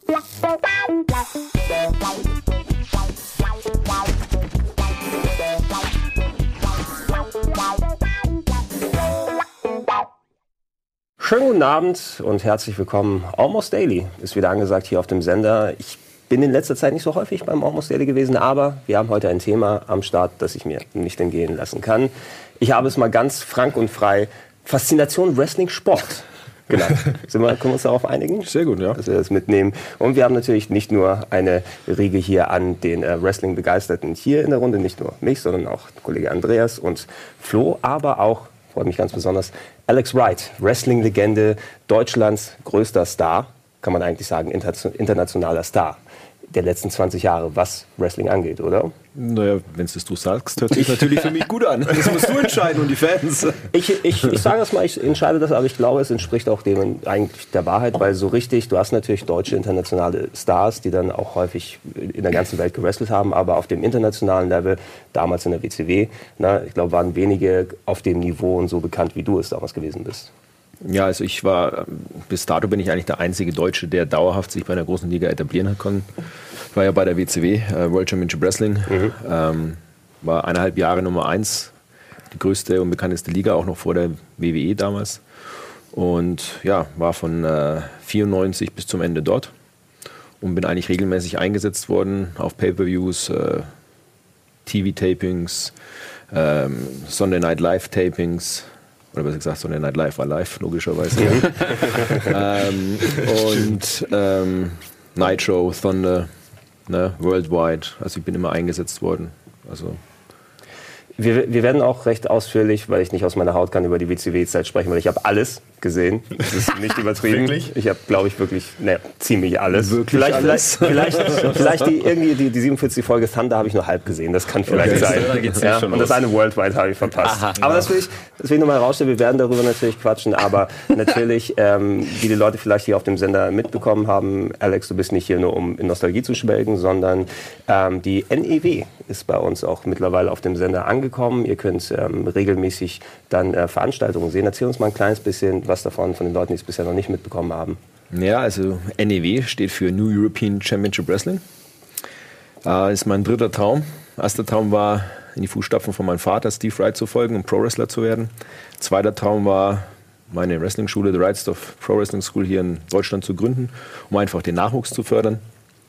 Schönen guten Abend und herzlich willkommen. Almost Daily ist wieder angesagt hier auf dem Sender. Ich bin in letzter Zeit nicht so häufig beim Almost Daily gewesen, aber wir haben heute ein Thema am Start, das ich mir nicht entgehen lassen kann. Ich habe es mal ganz frank und frei Faszination Wrestling Sport genannt. Können wir uns darauf einigen? Sehr gut, ja. Dass wir das mitnehmen. Und wir haben natürlich nicht nur eine Riege hier an den Wrestling-Begeisterten hier in der Runde, nicht nur mich, sondern auch Kollege Andreas und Flo, aber auch, freut mich ganz besonders, Alex Wright, Wrestling-Legende, Deutschlands größter Star, kann man eigentlich sagen, internationaler Star der letzten 20 Jahre, was Wrestling angeht, oder? Naja, wenn es du sagst, hört sich natürlich für mich gut an. Das musst du entscheiden und die Fans. Ich sage das mal, ich entscheide das, aber ich glaube, es entspricht auch dem eigentlich der Wahrheit, weil so richtig, du hast natürlich deutsche internationale Stars, die dann auch häufig in der ganzen Welt gewrestelt haben, aber auf dem internationalen Level, damals in der WCW, ich glaube, waren wenige auf dem Niveau und so bekannt, wie du es damals gewesen bist. Ja, also bis dato bin ich eigentlich der einzige Deutsche, der dauerhaft sich bei einer großen Liga etablieren hat können. Ich war ja bei der WCW, World Championship Wrestling, war 1,5 Jahre Nummer 1, die größte und bekannteste Liga, auch noch vor der WWE damals. Und ja, war von 94 bis zum Ende dort und bin eigentlich regelmäßig eingesetzt worden auf Pay-Per-Views, TV-Tapings, Sunday Night Live-Tapings. Oder besser gesagt, Sunday Night Live war live, logischerweise. Und Nitro, Thunder, Worldwide. Also ich bin immer eingesetzt worden. Also wir werden auch recht ausführlich, weil ich nicht aus meiner Haut kann, über die WCW-Zeit sprechen, weil ich habe alles gesehen. Das ist nicht übertrieben. Wirklich? Ich habe, glaube ich, wirklich ziemlich alles. Wirklich vielleicht die 47. Folge Thunder habe ich nur halb gesehen. Das kann vielleicht sein. Da geht's ja, schon und das eine Worldwide habe ich verpasst. Aha, aber das will ich nochmal herausstellen. Wir werden darüber natürlich quatschen. Aber natürlich, wie die Leute vielleicht hier auf dem Sender mitbekommen haben, Alex, du bist nicht hier nur, um in Nostalgie zu schwelgen, sondern die NEW ist bei uns auch mittlerweile auf dem Sender angekommen. Ihr könnt regelmäßig dann Veranstaltungen sehen. Erzähl uns mal ein kleines bisschen was davon, von den Leuten, die es bisher noch nicht mitbekommen haben. Ja, also NEW steht für New European Championship Wrestling. Ist mein dritter Traum. Erster Traum war, in die Fußstapfen von meinem Vater Steve Wright zu folgen und Pro-Wrestler zu werden. Zweiter Traum war, meine Wrestling-Schule, The Wright Stuff Pro Wrestling School hier in Deutschland zu gründen, um einfach den Nachwuchs zu fördern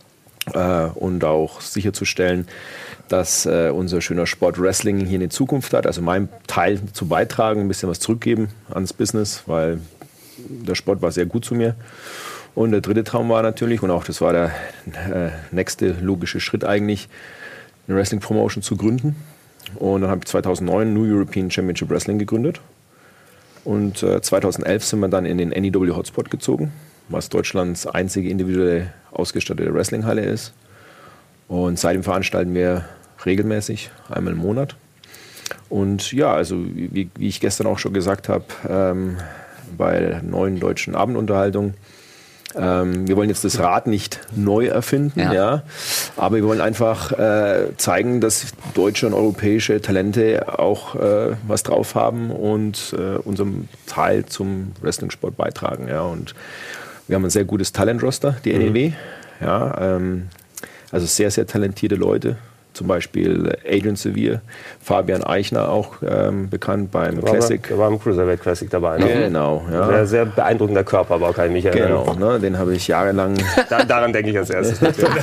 und auch sicherzustellen, dass unser schöner Sport Wrestling hier eine Zukunft hat. Also meinen Teil zu beitragen, ein bisschen was zurückgeben ans Business, weil der Sport war sehr gut zu mir. Und der dritte Traum war natürlich, und auch das war der nächste logische Schritt eigentlich, eine Wrestling-Promotion zu gründen. Und dann habe ich 2009 New European Championship Wrestling gegründet. Und 2011 sind wir dann in den NEW Hotspot gezogen, was Deutschlands einzige individuelle ausgestattete Wrestlinghalle ist. Und seitdem veranstalten wir regelmäßig, einmal im Monat. Und ja, also wie ich gestern auch schon gesagt habe, bei der neuen deutschen Abendunterhaltung, wir wollen jetzt das Rad nicht neu erfinden, ja, aber wir wollen einfach zeigen, dass deutsche und europäische Talente auch was drauf haben und unserem Teil zum Wrestling-Sport beitragen. Ja. Und wir haben ein sehr gutes Talent-Roster, die NEW. Ja, also sehr, sehr talentierte Leute. Zum Beispiel Adrian Sevier, Fabian Eichner auch bekannt beim Classic. Der war im Cruiserweight Classic dabei. Ne? Genau. Ja. Sehr, sehr beeindruckender Körperbau, kann ich mich erinnern. Genau, ne, den habe ich jahrelang... Daran denke ich als erstes.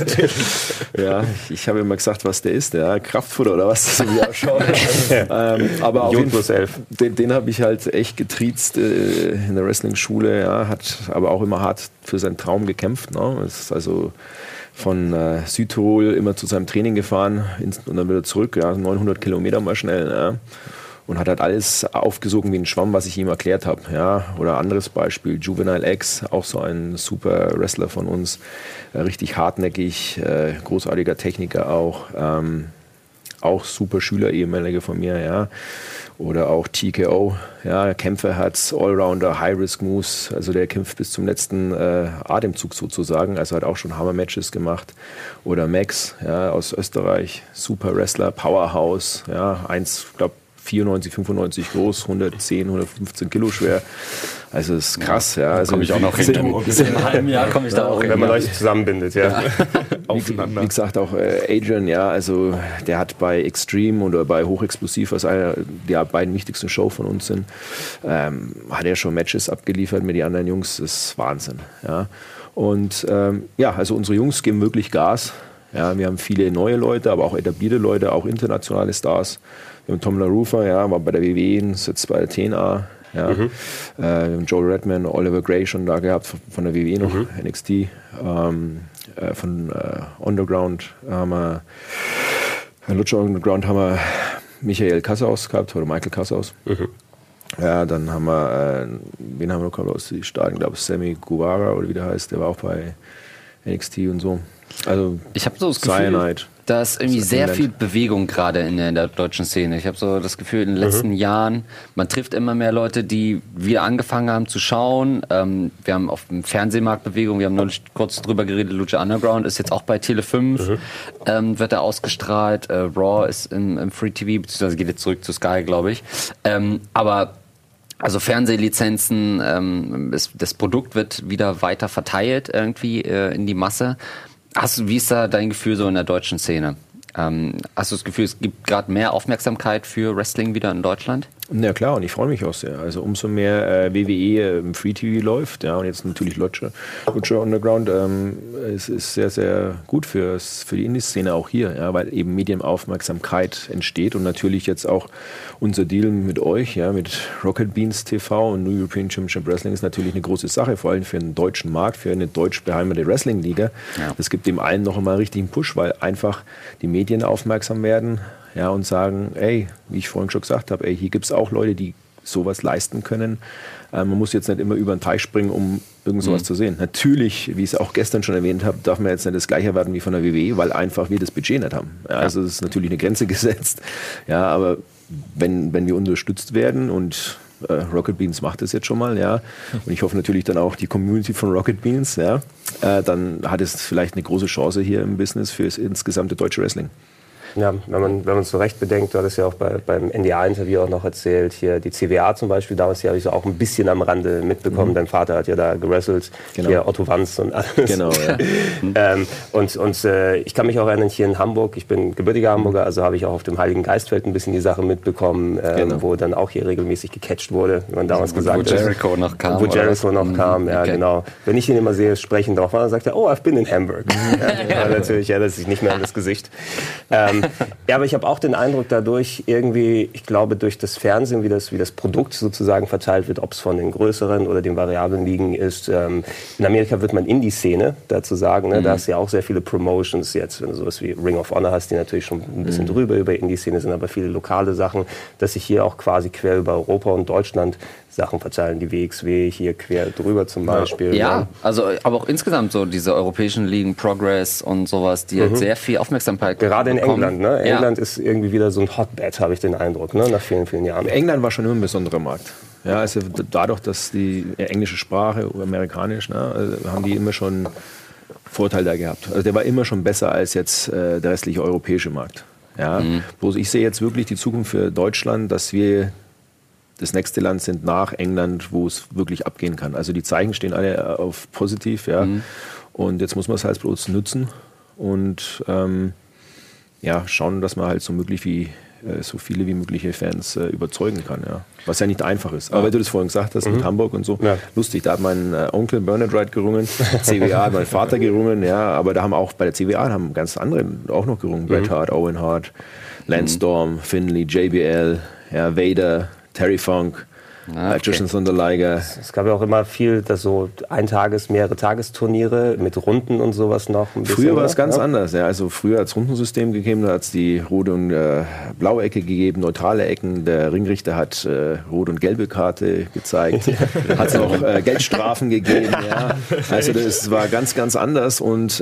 Ja, ich habe immer gesagt, was der ist. Ja, Kraftfutter oder was das irgendwie ausschaut. Aber auf jeden Fall, den habe ich halt echt getriezt in der Wrestling-Schule. Ja, hat aber auch immer hart für seinen Traum gekämpft. Ne? Ist also von Südtirol immer zu seinem Training gefahren und dann wieder zurück, 900 Kilometer mal schnell. Ja. Und hat halt alles aufgesogen wie ein Schwamm, was ich ihm erklärt habe. Ja. Oder anderes Beispiel, Juvenile X, auch so ein super Wrestler von uns, richtig hartnäckig, großartiger Techniker auch. Auch super Schüler, ehemalige von mir, ja. Oder auch TKO, ja, Kämpferherz, Allrounder, High-Risk-Moves, also der kämpft bis zum letzten Atemzug sozusagen, also hat auch schon Hammer-Matches gemacht. Oder Max, ja, aus Österreich, super Wrestler, Powerhouse, ja, 1,94 94, 95 groß, 110, 115 Kilo schwer. Also das ist krass. Ja. Also komme ich auch noch hin. In einem halben Jahr komme ich da auch hin. Wenn man euch zusammenbindet, ja. Aufeinander. Wie gesagt, auch Adrian, ja, also der hat bei Extreme oder bei Hochexplosiv, was einer der beiden wichtigsten Show von uns sind, hat er schon Matches abgeliefert mit den anderen Jungs. Das ist Wahnsinn. Ja. Und also unsere Jungs geben wirklich Gas. Ja, wir haben viele neue Leute, aber auch etablierte Leute, auch internationale Stars. Wir haben Tom LaRufa, ja, war bei der WWE, sitzt bei der TNA. Ja. Wir haben Joel Redman, Oliver Gray schon da gehabt, von der WWE noch, NXT. Von Underground haben wir, Lucha Underground haben wir Michael Kassaus gehabt, oder Michael Kassaus. Ja, dann haben wir, wen haben wir noch aus den Staaten, glaube ich, Sammy Guevara oder wie der heißt, der war auch bei NXT und so. Also ich habe so das Gefühl, da ist irgendwie sehr viel Bewegung gerade in der deutschen Szene. Ich habe so das Gefühl, in den letzten Jahren, man trifft immer mehr Leute, die wieder angefangen haben zu schauen. Wir haben auf dem Fernsehmarkt Bewegung, wir haben neulich kurz drüber geredet, Lucha Underground ist jetzt auch bei Tele 5, wird er ausgestrahlt. Raw ist im Free TV, beziehungsweise geht jetzt zurück zu Sky, glaube ich. Aber also Fernsehlizenzen, das Produkt wird wieder weiter verteilt irgendwie in die Masse. Wie ist da dein Gefühl so in der deutschen Szene? Hast du das Gefühl, es gibt gerade mehr Aufmerksamkeit für Wrestling wieder in Deutschland? Ja klar, und ich freue mich auch sehr. Also umso mehr WWE im Free TV läuft, ja, und jetzt natürlich Lucha Underground, es ist sehr, sehr gut für die Indie-Szene auch hier, ja, weil eben Medienaufmerksamkeit entsteht und natürlich jetzt auch unser Deal mit euch, ja, mit Rocket Beans TV und New European Championship Wrestling ist natürlich eine große Sache, vor allem für den deutschen Markt, für eine deutsch beheimatete Wrestling-Liga. Ja. Das gibt dem allen noch einmal einen richtigen Push, weil einfach die Medien aufmerksam werden, ja, und sagen, ey, wie ich vorhin schon gesagt habe, ey, hier gibt es auch Leute, die sowas leisten können. Man muss jetzt nicht immer über den Teich springen, um irgend sowas zu sehen. Natürlich, wie ich es auch gestern schon erwähnt habe, darf man jetzt nicht das Gleiche erwarten wie von der WWE, weil einfach wir das Budget nicht haben. Ja, also es ist natürlich eine Grenze gesetzt. Ja, aber wenn wir unterstützt werden und Rocket Beans macht das jetzt schon mal, ja, und ich hoffe natürlich dann auch die Community von Rocket Beans, ja, dann hat es vielleicht eine große Chance hier im Business für das insgesamte deutsche Wrestling. Ja, wenn man es so recht bedenkt, du hattest ja auch beim NDA-Interview auch noch erzählt, hier die CWA zum Beispiel, damals habe ich so auch ein bisschen am Rande mitbekommen, dein Vater hat ja da gewrestelt, genau. Hier Otto Wanz und alles. Genau, ja. Ich kann mich auch erinnern, hier in Hamburg, ich bin gebürtiger Hamburger, also habe ich auch auf dem Heiligen Geistfeld ein bisschen die Sache mitbekommen, wo dann auch hier regelmäßig gecatcht wurde, wie man damals gesagt hat. Wo Jericho noch kam. Wo Jericho noch kam, ja, okay. Genau. Wenn ich ihn immer sehe, sprechen drauf war, dann sagt er, oh, ich bin in Hamburg. Ja, natürlich erinnert sich nicht mehr an das Gesicht. Ja, aber ich habe auch den Eindruck, dadurch irgendwie, ich glaube, durch das Fernsehen, wie das Produkt sozusagen verteilt wird, ob es von den größeren oder den variablen Ligen ist. In Amerika wird man Indie-Szene dazu sagen, ne? Da hast du ja auch sehr viele Promotions jetzt, wenn du sowas wie Ring of Honor hast, die natürlich schon ein bisschen drüber über Indie-Szene sind, aber viele lokale Sachen, dass sich hier auch quasi quer über Europa und Deutschland Sachen verteilen, die WXW hier quer drüber zum Beispiel. Ja, also aber auch insgesamt so diese europäischen Ligen, Progress und sowas, die halt sehr viel Aufmerksamkeit gerade in bekommen. England, ne? England ist irgendwie wieder so ein Hotbed, habe ich den Eindruck, ne? Nach vielen, vielen Jahren. England war schon immer ein besonderer Markt. Ja, also dadurch, dass die englische Sprache, amerikanisch, ne, haben die immer schon Vorteil da gehabt. Also der war immer schon besser als jetzt der restliche europäische Markt. Ja, bloß ich sehe jetzt wirklich die Zukunft für Deutschland, dass wir das nächste Land sind nach England, wo es wirklich abgehen kann. Also die Zeichen stehen alle auf positiv, ja. Und jetzt muss man es halt bloß nutzen und schauen, dass man halt so viele wie mögliche Fans überzeugen kann, ja. Was ja nicht einfach ist. Aber weil du das vorhin gesagt hast mit Hamburg und so, lustig, da hat mein Onkel Bernard Wright gerungen, CWA hat mein Vater gerungen, ja, aber da haben auch bei der CWA haben ganz andere auch noch gerungen. Bret Hart, Owen Hart, Lance Storm, Finlay, JBL, ja, Vader, Terry Funk, Justin Thunder Es gab ja auch immer viel, dass so mehrere Tagesturniere mit Runden und sowas noch. Früher war es ganz anders. Ja. Also früher hat es Rundensystem gegeben, da hat es die rote und blaue Ecke gegeben, neutrale Ecken. Der Ringrichter hat rote und gelbe Karte gezeigt. Hat es auch Geldstrafen gegeben. Ja. Also das war ganz, ganz anders und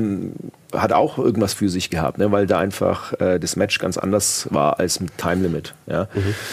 hat auch irgendwas für sich gehabt, ne, weil da einfach das Match ganz anders war als mit Time Limit. Ja.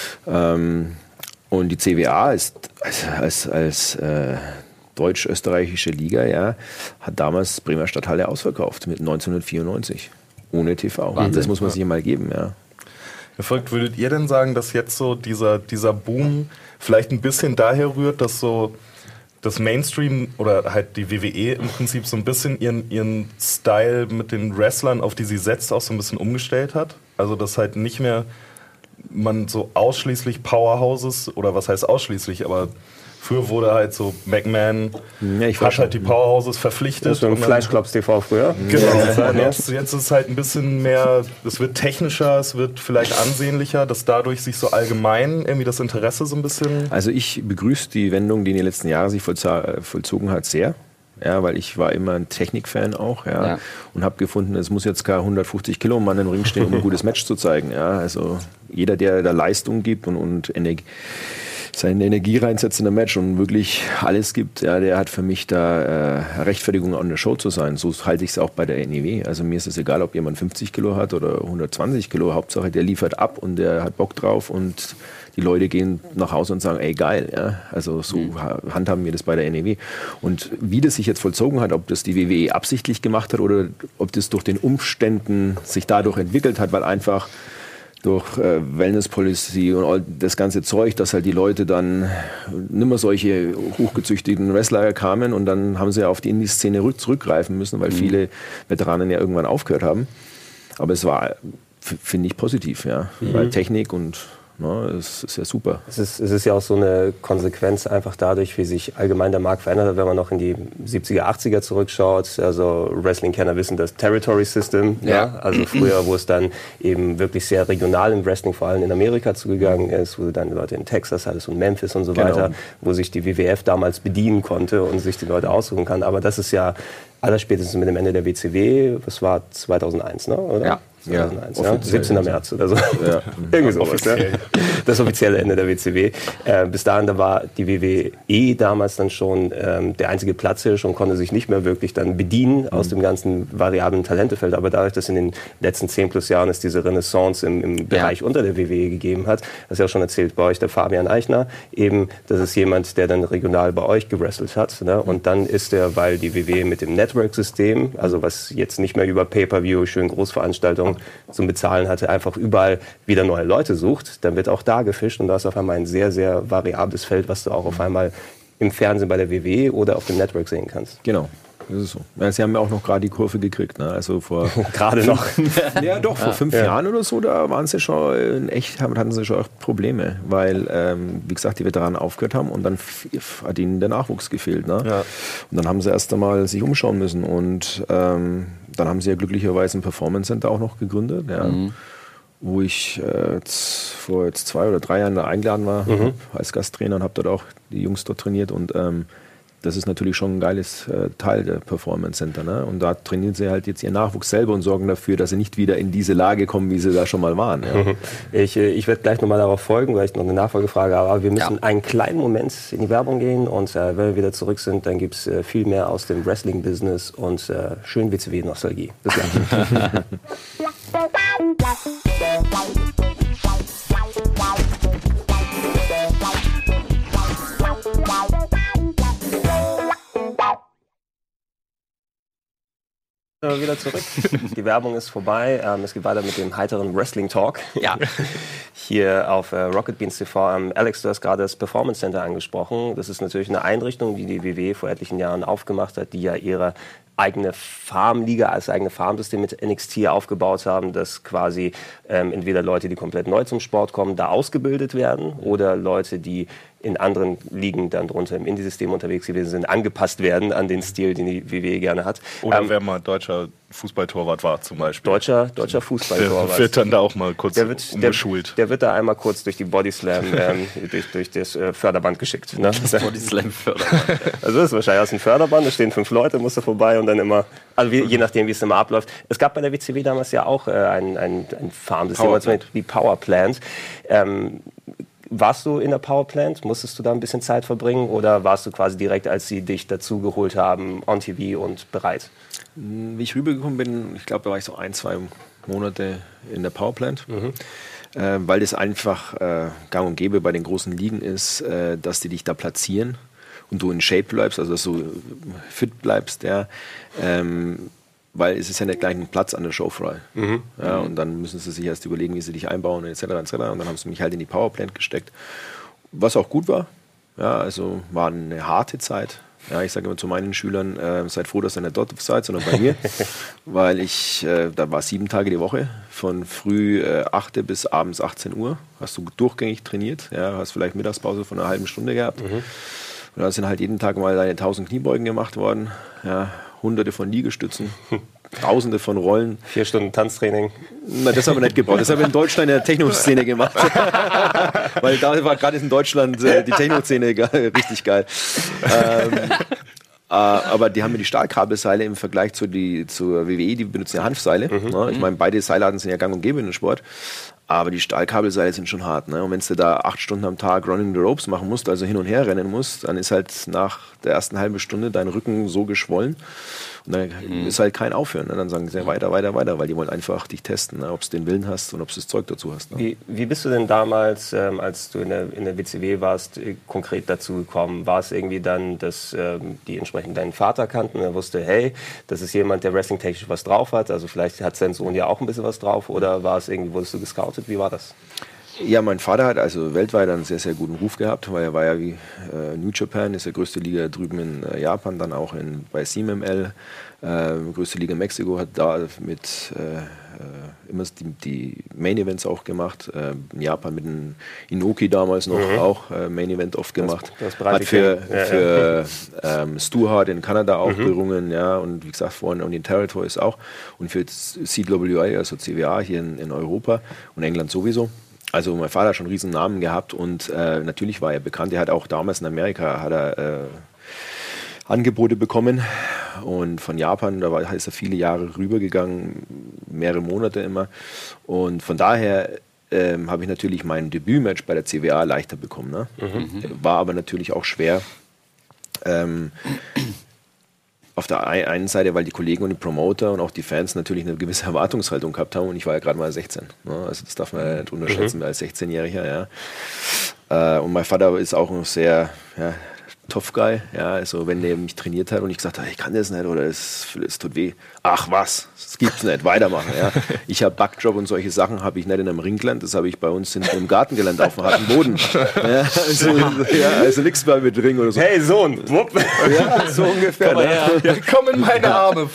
Und die CWA ist als deutsch-österreichische Liga, ja, hat damals Bremer Stadthalle ausverkauft mit 1994 ohne TV. Wahnsinn. Das muss man sich mal geben, ja. Verrückt, würdet ihr denn sagen, dass jetzt so dieser Boom vielleicht ein bisschen daher rührt, dass so das Mainstream oder halt die WWE im Prinzip so ein bisschen ihren Style mit den Wrestlern, auf die sie setzt, auch so ein bisschen umgestellt hat? Also dass halt nicht mehr man so ausschließlich Powerhouses, oder was heißt ausschließlich, aber früher wurde halt so McMahon hat halt die Powerhouses verpflichtet. Das war im Fleischklops TV früher. Genau. Jetzt ist es halt ein bisschen mehr, es wird technischer, es wird vielleicht ansehnlicher, dass dadurch sich so allgemein irgendwie das Interesse so ein bisschen... Also ich begrüße die Wendung, die in den letzten Jahren sich vollzogen hat, sehr. Ja, weil ich war immer ein Technikfan auch, und habe gefunden, es muss jetzt gar 150 Kilo Mann im Ring stehen, um ein gutes Match zu zeigen. Ja, also jeder, der da Leistung gibt und seine Energie reinsetzt in ein Match und wirklich alles gibt, der hat für mich da Rechtfertigung an der Show zu sein. So halte ich es auch bei der NEW. Also mir ist es egal, ob jemand 50 Kilo hat oder 120 Kilo. Hauptsache, der liefert ab und der hat Bock drauf und die Leute gehen nach Hause und sagen, ey, geil. Ja? Also so handhaben wir das bei der NEW. Und wie das sich jetzt vollzogen hat, ob das die WWE absichtlich gemacht hat oder ob das durch den Umständen sich dadurch entwickelt hat, weil einfach durch Wellness Policy und all das ganze Zeug, dass halt die Leute dann nicht mehr solche hochgezüchteten Wrestler kamen und dann haben sie auf die Indie-Szene zurückgreifen müssen, weil viele Veteranen ja irgendwann aufgehört haben. Aber es war, finde ich, positiv, weil Technik und es ist ja super. Es ist ja auch so eine Konsequenz einfach dadurch, wie sich allgemein der Markt verändert hat, wenn man noch in die 70er, 80er zurückschaut. Also Wrestling-Kenner wissen das Territory System. Ja. Also früher, wo es dann eben wirklich sehr regional im Wrestling, vor allem in Amerika zugegangen ist, wo dann Leute in Texas hattest und Memphis und so weiter, wo sich die WWF damals bedienen konnte und sich die Leute aussuchen kann. Aber das ist ja allerspätestens mit dem Ende der WCW, das war 2001, ne? Oder? Ja. 2001, 17. März oder so. Ja. Irgendwie sowas. Das offizielle Ende der WCW. Bis dahin, da war die WWE damals dann schon der einzige Platzhirsch und konnte sich nicht mehr wirklich dann bedienen aus dem ganzen variablen Talentefeld. Aber dadurch, dass in den letzten 10+ Jahren es diese Renaissance im Bereich unter der WWE gegeben hat, das ist ja auch schon erzählt bei euch, der Fabian Eichner, eben, das ist jemand, der dann regional bei euch gewrestelt hat. Ne? Und dann ist er, weil die WWE mit dem Network-System, also was jetzt nicht mehr über Pay-Per-View, schön Großveranstaltungen zum Bezahlen hatte, einfach überall wieder neue Leute sucht, dann wird auch da gefischt und da ist auf einmal ein sehr, sehr variables Feld, was du auch auf einmal im Fernsehen bei der WWE oder auf dem Network sehen kannst. Genau. Das ist so. Ja, sie haben ja auch noch gerade die Kurve gekriegt. Ne? Also vor gerade noch. Ja, doch, vor 5 Jahren oder so, da waren sie schon hatten sie schon echt Probleme, weil, wie gesagt, die Veteranen aufgehört haben und dann hat ihnen der Nachwuchs gefehlt. Ne? Ja. Und dann haben sie erst einmal sich umschauen müssen und dann haben sie ja glücklicherweise ein Performance Center auch noch gegründet, wo ich vor 2 oder 3 Jahren da eingeladen war als Gasttrainer und habe dort auch die Jungs dort trainiert und das ist natürlich schon ein geiles Teil der Performance Center. Ne? Und da trainieren sie halt jetzt ihren Nachwuchs selber und sorgen dafür, dass sie nicht wieder in diese Lage kommen, wie sie da schon mal waren. Ja. Ich werde gleich nochmal darauf folgen, weil ich noch eine Nachfolgefrage habe. Aber wir müssen einen kleinen Moment in die Werbung gehen. Und wenn wir wieder zurück sind, dann gibt es viel mehr aus dem Wrestling-Business und schön WCW-Nostalgie. Bis gleich. Wieder zurück. Die Werbung ist vorbei. Es geht weiter mit dem heiteren Wrestling Talk. Ja. Hier auf Rocket Beans TV. Alex, du hast gerade das Performance Center angesprochen. Das ist natürlich eine Einrichtung, die die WWE vor etlichen Jahren aufgemacht hat, die ja ihre eigene Farmliga, als eigene Farmsystem mit NXT aufgebaut haben, dass quasi entweder Leute, die komplett neu zum Sport kommen, da ausgebildet werden oder Leute, die in anderen Ligen dann drunter im Indie-System unterwegs gewesen sind, angepasst werden an den Stil, den die WWE gerne hat. Oder wer mal deutscher Fußballtorwart war zum Beispiel. Deutscher Fußballtorwart. Der wird dann da auch mal kurz umgeschult. Der wird da einmal kurz durch die Bodyslam, durch das Förderband geschickt. Ne? Das Bodyslam-Förderband. Also das ist wahrscheinlich aus dem Förderband, da stehen 5 Leute, musst du vorbei und dann immer, also je nachdem, wie es immer abläuft. Es gab bei der WCW damals ja auch ein Farmsystem, wie Power Plant. Warst du in der Powerplant? Musstest du da ein bisschen Zeit verbringen oder warst du quasi direkt, als sie dich dazugeholt haben, on TV und bereit? Wie ich rübergekommen bin, ich glaube, da war ich so 1-2 Monate in der Powerplant, weil das einfach gang und gäbe bei den großen Ligen ist, dass die dich da platzieren und du in Shape bleibst, also dass du fit bleibst. Ja. weil es ist ja nicht gleich ein Platz an der Show frei. Ja, und dann müssen sie sich erst überlegen, wie sie dich einbauen, etc. Und dann haben sie mich halt in die Powerplant gesteckt, was auch gut war. Ja, also war eine harte Zeit. Ja, ich sage immer zu meinen Schülern, seid froh, dass ihr nicht dort seid, sondern bei mir, weil da war 7 Tage die Woche, von früh 8 bis abends 18 Uhr, hast du durchgängig trainiert, ja, hast vielleicht Mittagspause von einer halben Stunde gehabt. Und da sind halt jeden Tag mal deine 1000 Kniebeugen gemacht worden, ja, Hunderte von Liegestützen, Tausende von Rollen. 4 Stunden Tanztraining. Na, das haben wir nicht gebraucht. Das haben wir in Deutschland in der Techno-Szene gemacht. Weil da war gerade in Deutschland die Techno-Szene richtig geil. Aber die haben mir die Stahlkabelseile im Vergleich zur WWE, die benutzen ja Hanfseile. Ne? Ich meine, beide Seilarten sind ja gang und gäbe in dem Sport. Aber die Stahlkabelseile sind schon hart. Ne? Und wenn du da 8 Stunden am Tag Running the Ropes machen musst, also hin und her rennen musst, dann ist halt nach der ersten halben Stunde dein Rücken so geschwollen. Und dann ist halt kein Aufhören. Ne? Dann sagen sie weiter, weil die wollen einfach dich testen, ne? Ob du den Willen hast und ob du das Zeug dazu hast. Ne? Wie bist du denn damals, als du in der WCW warst, konkret dazu gekommen? War es irgendwie dann, dass die entsprechend deinen Vater kannten und er wusste, hey, das ist jemand, der wrestling-technisch was drauf hat, also vielleicht hat sein Sohn ja auch ein bisschen was drauf, oder war es irgendwie, wurdest du gescoutet? Wie war das? Ja, mein Vater hat also weltweit einen sehr, sehr guten Ruf gehabt, weil er war ja wie New Japan, ist ja größte Liga drüben in Japan, dann auch bei CMLL, größte Liga in Mexiko, hat da mit immer die Main Events auch gemacht, in Japan mit dem Inoki damals noch auch Main Event oft gemacht, hat für Stu Hart in Kanada auch gerungen, ja, und wie gesagt vorhin und den Territories auch und für CWA, also CWA hier in Europa und England sowieso. Also mein Vater hat schon einen riesen Namen gehabt und natürlich war er bekannt. Er hat auch damals in Amerika Angebote bekommen und von Japan, ist er viele Jahre rübergegangen, mehrere Monate immer. Und von daher habe ich natürlich mein Debütmatch bei der CWA leichter bekommen. Ne? War aber natürlich auch schwer. Auf der einen Seite, weil die Kollegen und die Promoter und auch die Fans natürlich eine gewisse Erwartungshaltung gehabt haben und ich war ja gerade mal 16. Ne? Also das darf man ja nicht unterschätzen als 16-Jähriger. Ja. Und mein Vater ist auch noch sehr tough guy. Ja. Also wenn der mich trainiert hat und ich gesagt habe, ich kann das nicht oder es tut weh. Ach was, das gibt's nicht, weitermachen. Ja. Ich habe Backdrop und solche Sachen habe ich nicht in einem Ring gelernt, das habe ich bei uns im Gartengelände auf dem harten Boden. Ja, also nichts mehr mit Ring oder so. Hey Sohn, wupp. Ja, so ungefähr. Komm in meine Arme.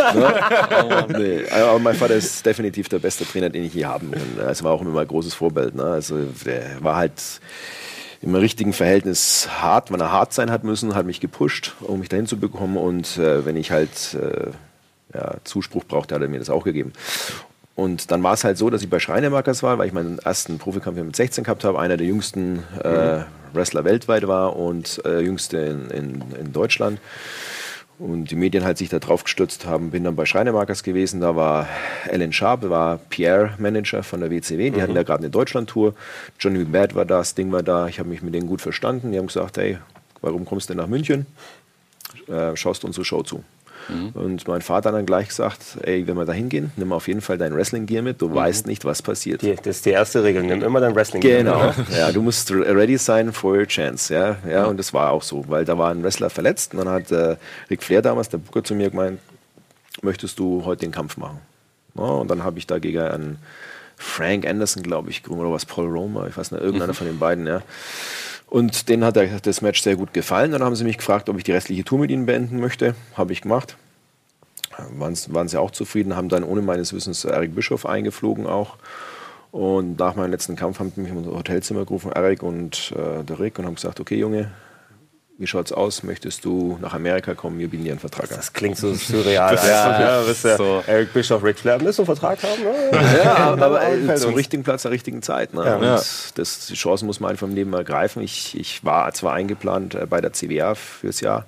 Nee, aber mein Vater ist definitiv der beste Trainer, den ich je haben kann. Also war auch immer ein großes Vorbild. Ne? Also der war halt im richtigen Verhältnis hart, wenn er hart sein hat müssen, hat mich gepusht, um mich dahin zu bekommen und wenn ich halt Zuspruch brauchte, hat er mir das auch gegeben. Und dann war es halt so, dass ich bei Schreinemakers war, weil ich meinen ersten Profikampf mit 16 gehabt habe, einer der jüngsten Wrestler weltweit war und jüngste in Deutschland. Und die Medien halt sich da drauf gestürzt haben, bin dann bei Schreinemakers gewesen, da war Alan Sharp, war PR-Manager von der WCW, die hatten da gerade eine Deutschland-Tour, Johnny Bad war da, Sting war da, ich habe mich mit denen gut verstanden, die haben gesagt, hey, warum kommst du denn nach München, schaust unsere Show zu. Und mein Vater hat dann gleich gesagt, ey, wenn wir da hingehen, nimm auf jeden Fall dein Wrestling-Gear mit, du weißt nicht, was passiert. Das ist die erste Regel, nimm immer dein Wrestling-Gear mit. Genau, ja, du musst ready sein for your chance. Ja, und das war auch so, weil da war ein Wrestler verletzt und dann hat Ric Flair damals, der Booker, zu mir gemeint, möchtest du heute den Kampf machen? Ja, und dann habe ich da gegen einen Frank Anderson, glaube ich, oder was, Paul Roma, ich weiß nicht, irgendeiner von den beiden, ja. Und denen hat das Match sehr gut gefallen. Dann haben sie mich gefragt, ob ich die restliche Tour mit ihnen beenden möchte. Habe ich gemacht. Waren sie auch zufrieden, haben dann ohne meines Wissens Eric Bischoff eingeflogen auch. Und nach meinem letzten Kampf haben sie mich in unser Hotelzimmer gerufen, Eric und der Rick, und haben gesagt, okay Junge, wie schaut's aus? Möchtest du nach Amerika kommen? Wir bieten dir einen Vertrag an. Das klingt so surreal. So. Eric Bischoff, Ric Flair, müssen einen Vertrag haben? Ne? Ja, aber zum richtigen Platz, zur richtigen Zeit. Ne? Ja. Und die Chancen muss man einfach im Leben ergreifen. Ich war zwar eingeplant bei der CWA fürs Jahr,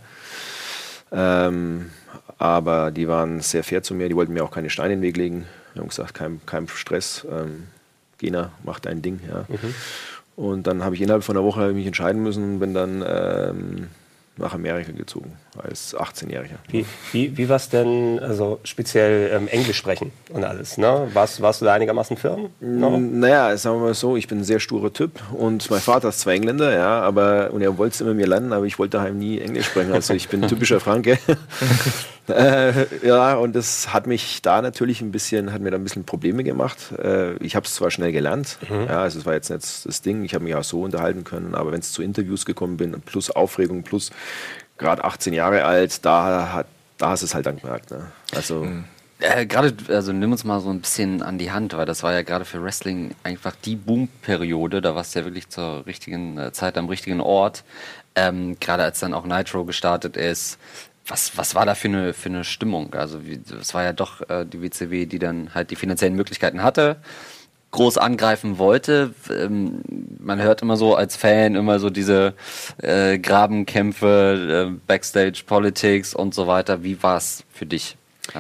aber die waren sehr fair zu mir. Die wollten mir auch keine Steine in den Weg legen. Die haben gesagt, kein Stress. Gena, mach dein Ding. Ja. Und dann habe ich innerhalb von einer Woche mich entscheiden müssen und bin dann nach Amerika gezogen, als 18-Jähriger. Wie war es denn, also speziell Englisch sprechen und alles? Ne? Warst du da einigermaßen firm? No? Naja, sagen wir mal so, ich bin ein sehr sturer Typ und mein Vater ist zwar Engländer, und er wollte es immer mir lernen, aber ich wollte daheim nie Englisch sprechen. Also ich bin ein typischer Franke. Ja, und das hat mich da natürlich ein bisschen Probleme gemacht. Ich habe es zwar schnell gelernt, ja, also es war jetzt nicht das Ding, ich habe mich auch so unterhalten können, aber wenn es zu Interviews gekommen bin, plus Aufregung, plus gerade 18 Jahre alt, da hast du es halt dann gemerkt. Ne? Also gerade, also nimm uns mal so ein bisschen an die Hand, weil das war ja gerade für Wrestling einfach die Boom-Periode, da warst du ja wirklich zur richtigen Zeit am richtigen Ort, gerade als dann auch Nitro gestartet ist. Was war da für eine Stimmung? Also es war ja doch die WCW, die dann halt die finanziellen Möglichkeiten hatte, groß angreifen wollte. Man hört immer so als Fan immer so diese Grabenkämpfe, Backstage-Politics und so weiter. Wie war es für dich?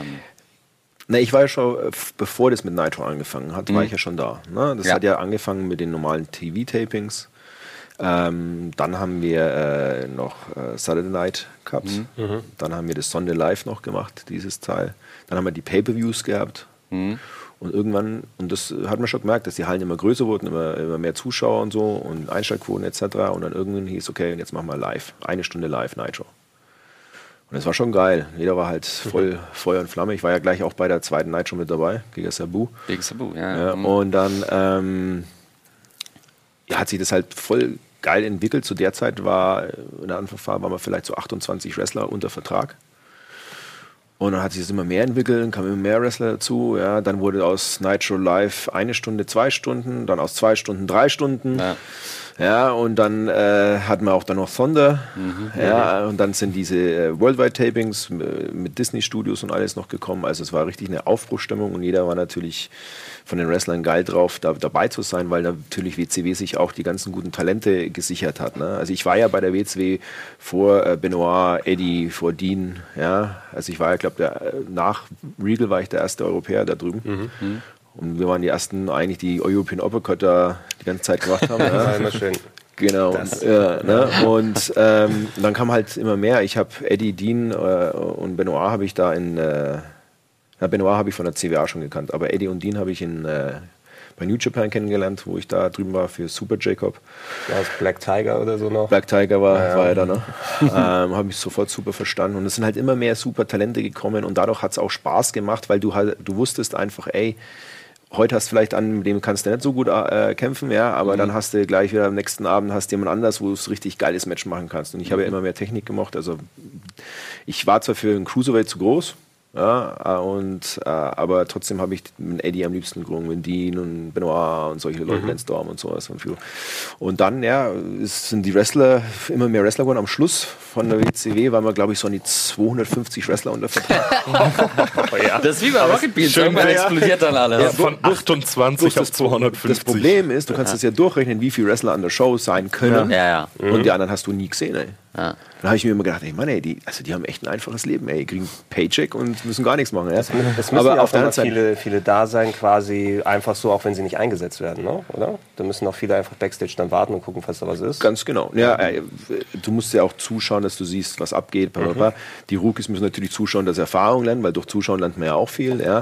Ich war ja schon, bevor das mit Nitro angefangen hat, war ich ja schon da. Ne? Das hat ja angefangen mit den normalen TV-Tapings. Dann haben wir noch Saturday Night Cups. Dann haben wir das Sunday Live noch gemacht, dieses Teil. Dann haben wir die Pay-Per-Views gehabt. Und irgendwann, und das hat man schon gemerkt, dass die Hallen immer größer wurden, immer mehr Zuschauer und so und Einschaltquoten etc. Und dann irgendwann hieß, okay, und jetzt machen wir live. 1 Stunde live Nitro. Und das war schon geil. Jeder war halt voll Feuer und Flamme. Ich war ja gleich auch bei der zweiten Nitro mit dabei, gegen Sabu. Ja. Und dann hat sich das halt voll geil entwickelt. Zu der Zeit in der Anfangsphase waren wir vielleicht so 28 Wrestler unter Vertrag. Und dann hat sich das immer mehr entwickelt, kamen immer mehr Wrestler dazu. Ja, dann wurde aus Nitro Live 1 Stunde 2 Stunden, dann aus 2 Stunden 3 Stunden. Ja, und dann hatten wir auch dann noch Thunder. Und dann sind diese Worldwide Tapings mit Disney Studios und alles noch gekommen. Also es war richtig eine Aufbruchstimmung und jeder war natürlich von den Wrestlern geil drauf, da dabei zu sein, weil natürlich WCW sich auch die ganzen guten Talente gesichert hat. Ne? Also ich war ja bei der WCW vor Benoit, Eddie, vor Dean. Ja? Also ich war ja, glaube nach Regal war ich der erste Europäer da drüben. Und wir waren die ersten eigentlich, die European Uppercut da die ganze Zeit gemacht haben. Das war immer schön. Genau. Und dann kam halt immer mehr. Ich habe Eddie, Dean und Benoit habe ich da Benoit habe ich von der CWA schon gekannt, aber Eddie und Dean habe ich bei New Japan kennengelernt, wo ich da drüben war für Super Jacob. Ja, das Black Tiger oder so noch. Black Tiger war er da, ne? Habe mich sofort super verstanden. Und es sind halt immer mehr super Talente gekommen und dadurch hat es auch Spaß gemacht, weil du wusstest einfach, ey, heute hast du vielleicht mit dem kannst du nicht so gut kämpfen, ja, aber dann hast du gleich wieder am nächsten Abend jemand anders, wo du es richtig geiles Match machen kannst. Und ich habe ja immer mehr Technik gemacht. Also ich war zwar für einen Cruiserweight zu groß, ja, aber trotzdem habe ich mit Eddie am liebsten gerungen, mit Dean und Benoit und solche Leute, Lance Storm und sowas. Und dann, sind die Wrestler, immer mehr Wrestler geworden. Am Schluss von der WCW waren wir, glaube ich, so an die 250 Wrestler unter Vertrag. Das ist wie bei Rocket Beans, irgendwann explodiert dann alles. Ja, von 28 auf 250. Das Problem ist, du kannst es ja durchrechnen, wie viele Wrestler an der Show sein können. Und die anderen hast du nie gesehen, ey. Ja. Dann habe ich mir immer gedacht, ey Mann, ey, die haben echt ein einfaches Leben, ey, die kriegen Paycheck und müssen gar nichts machen. Ja? Das müssen aber ja auf der anderen Seite viele da sein, quasi einfach so, auch wenn sie nicht eingesetzt werden, ne? Oder? Da müssen auch viele einfach Backstage dann warten und gucken, falls da was ist. Ganz genau. Ja, du musst ja auch zuschauen, dass du siehst, was abgeht. Die Rookies müssen natürlich zuschauen, dass sie Erfahrung lernen, weil durch Zuschauen lernt man ja auch viel. Ja?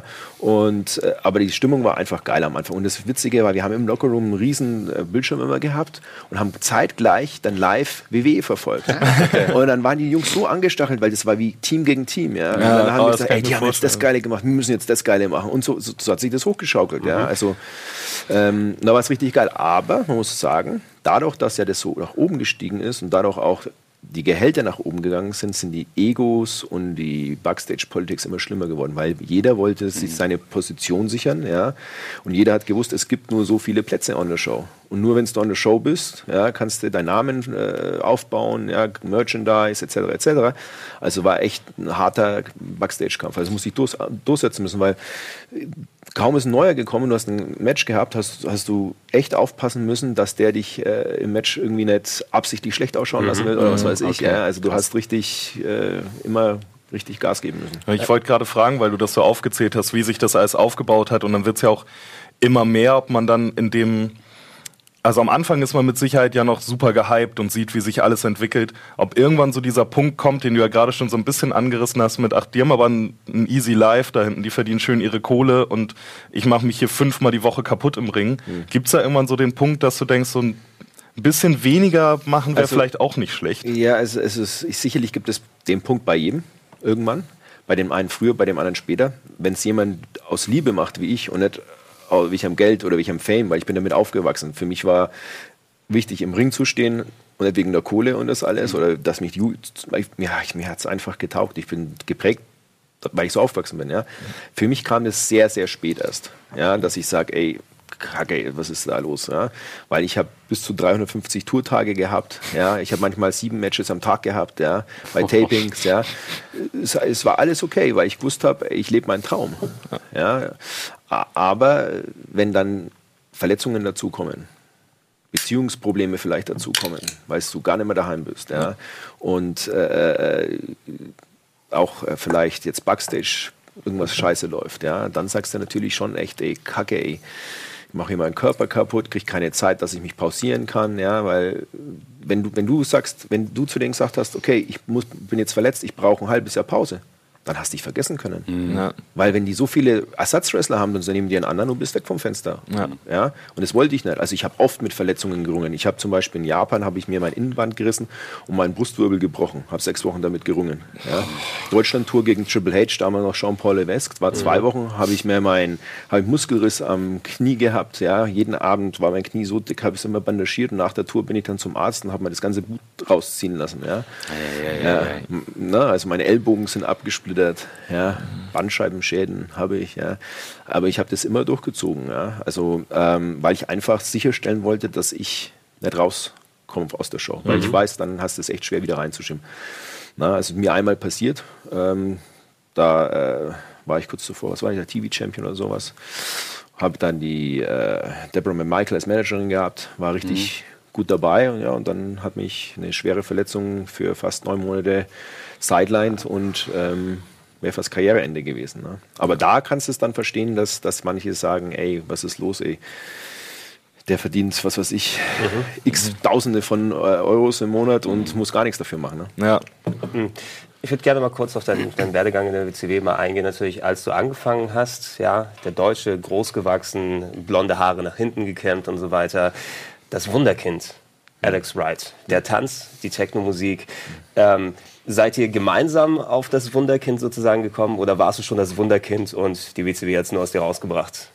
Aber die Stimmung war einfach geil am Anfang. Und das Witzige war, wir haben im Lockerroom einen riesen Bildschirm immer gehabt und haben zeitgleich dann live WWE verfolgt. Und dann waren die Jungs so angestachelt, weil das war wie Team gegen Team. Ja? Und dann haben wir gesagt, ey, die haben jetzt das Geile gemacht, wir müssen jetzt das Geile machen. Und so hat sich das hochgeschaukelt. Ja? Also da war es richtig geil. Aber man muss sagen, dadurch, dass ja das so nach oben gestiegen ist und dadurch auch die Gehälter nach oben gegangen sind die Egos und die Backstage-Politics immer schlimmer geworden, weil jeder wollte sich seine Position sichern, ja, und jeder hat gewusst, es gibt nur so viele Plätze on der Show. Und nur wenn du on der Show bist, ja, kannst du deinen Namen aufbauen, ja, Merchandise etc. etc. Also war echt ein harter Backstage-Kampf. Also musste ich durchsetzen müssen, weil kaum ist ein Neuer gekommen, du hast ein Match gehabt, hast du echt aufpassen müssen, dass der dich im Match irgendwie nicht absichtlich schlecht ausschauen lassen will oder was weiß ich. Ja? Also du hast richtig immer richtig Gas geben müssen. Ich wollte gerade fragen, weil du das so aufgezählt hast, wie sich das alles aufgebaut hat und dann wird es ja auch immer mehr, ob man dann also am Anfang ist man mit Sicherheit ja noch super gehypt und sieht, wie sich alles entwickelt. Ob irgendwann so dieser Punkt kommt, den du ja gerade schon so ein bisschen angerissen hast mit, ach, die haben aber ein easy life da hinten, die verdienen schön ihre Kohle und ich mache mich hier 5-mal die Woche kaputt im Ring. Gibt's da irgendwann so den Punkt, dass du denkst, so ein bisschen weniger machen wäre vielleicht auch nicht schlecht? Ja, sicherlich gibt es den Punkt bei jedem irgendwann. Bei dem einen früher, bei dem anderen später. Wenn es jemand aus Liebe macht wie ich und nicht wie ich am Geld oder wie ich am Fame, weil ich bin damit aufgewachsen. Für mich war wichtig, im Ring zu stehen und nicht wegen der Kohle und das alles. Oder dass mich mir hat es einfach getaugt. Ich bin geprägt, weil ich so aufgewachsen bin. Ja. Für mich kam das sehr, sehr spät erst. Ja, dass ich sage, ey, Kacke, was ist da los? Ja? Weil ich habe bis zu 350 Tourtage gehabt. Ja? Ich habe manchmal 7 Matches am Tag gehabt, ja? Bei Tapings. Ja? Es war alles okay, weil ich gewusst habe, ich lebe meinen Traum. Ja? Aber wenn dann Verletzungen dazukommen, Beziehungsprobleme vielleicht dazukommen, weil du gar nicht mehr daheim bist. Ja? Und auch vielleicht jetzt Backstage irgendwas scheiße läuft, ja? Dann sagst du natürlich schon echt, ey, Kacke, ey. Ich mache hier meinen Körper kaputt, kriege keine Zeit, dass ich mich pausieren kann, ja, weil wenn du zu denen gesagt hast, okay, bin jetzt verletzt, ich brauche ein halbes Jahr Pause, dann hast du dich vergessen können. Ja. Weil wenn die so viele Ersatzwrestler haben, dann nehmen die einen anderen und bist weg vom Fenster. Ja. Ja? Und das wollte ich nicht. Also ich habe oft mit Verletzungen gerungen. Ich habe zum Beispiel in Japan, habe ich mir mein Innenband gerissen und meinen Brustwirbel gebrochen. Habe 6 Wochen damit gerungen. Ja? Deutschland-Tour gegen Triple H, damals noch Jean-Paul Levesque, war 2 Wochen, habe ich mir Muskelriss am Knie gehabt. Ja? Jeden Abend war mein Knie so dick, habe ich es immer bandagiert und nach der Tour bin ich dann zum Arzt und habe mir das ganze Blut rausziehen lassen. Ja? Also meine Ellbogen sind abgesplittert. Ja, Bandscheibenschäden habe ich, ja. Aber ich habe das immer durchgezogen, ja. Also, weil ich einfach sicherstellen wollte, dass ich nicht rauskomme aus der Show. Weil ich weiß, dann hast du es echt schwer wieder reinzuschieben. Also mir einmal passiert, da war ich kurz zuvor, was war ich, der TV-Champion oder sowas. Habe dann die Deborah McMichael als Managerin gehabt, war richtig gut dabei und dann hat mich eine schwere Verletzung für fast 9 Monate sidelined und wäre fast Karriereende gewesen. Ne? Aber da kannst du es dann verstehen, dass manche sagen, ey, was ist los, ey? Der verdient, was weiß ich, x Tausende von Euros im Monat und muss gar nichts dafür machen. Ne? Ja. Ich würde gerne mal kurz auf deinen Werdegang in der WCW mal eingehen. Natürlich, als du angefangen hast, ja, der Deutsche, groß gewachsen, blonde Haare nach hinten gekämmt und so weiter. Das Wunderkind, Alex Wright. Der Tanz, die Techno-Musik. Seid ihr gemeinsam auf das Wunderkind sozusagen gekommen oder warst du schon das Wunderkind und die WCW hat es nur aus dir rausgebracht?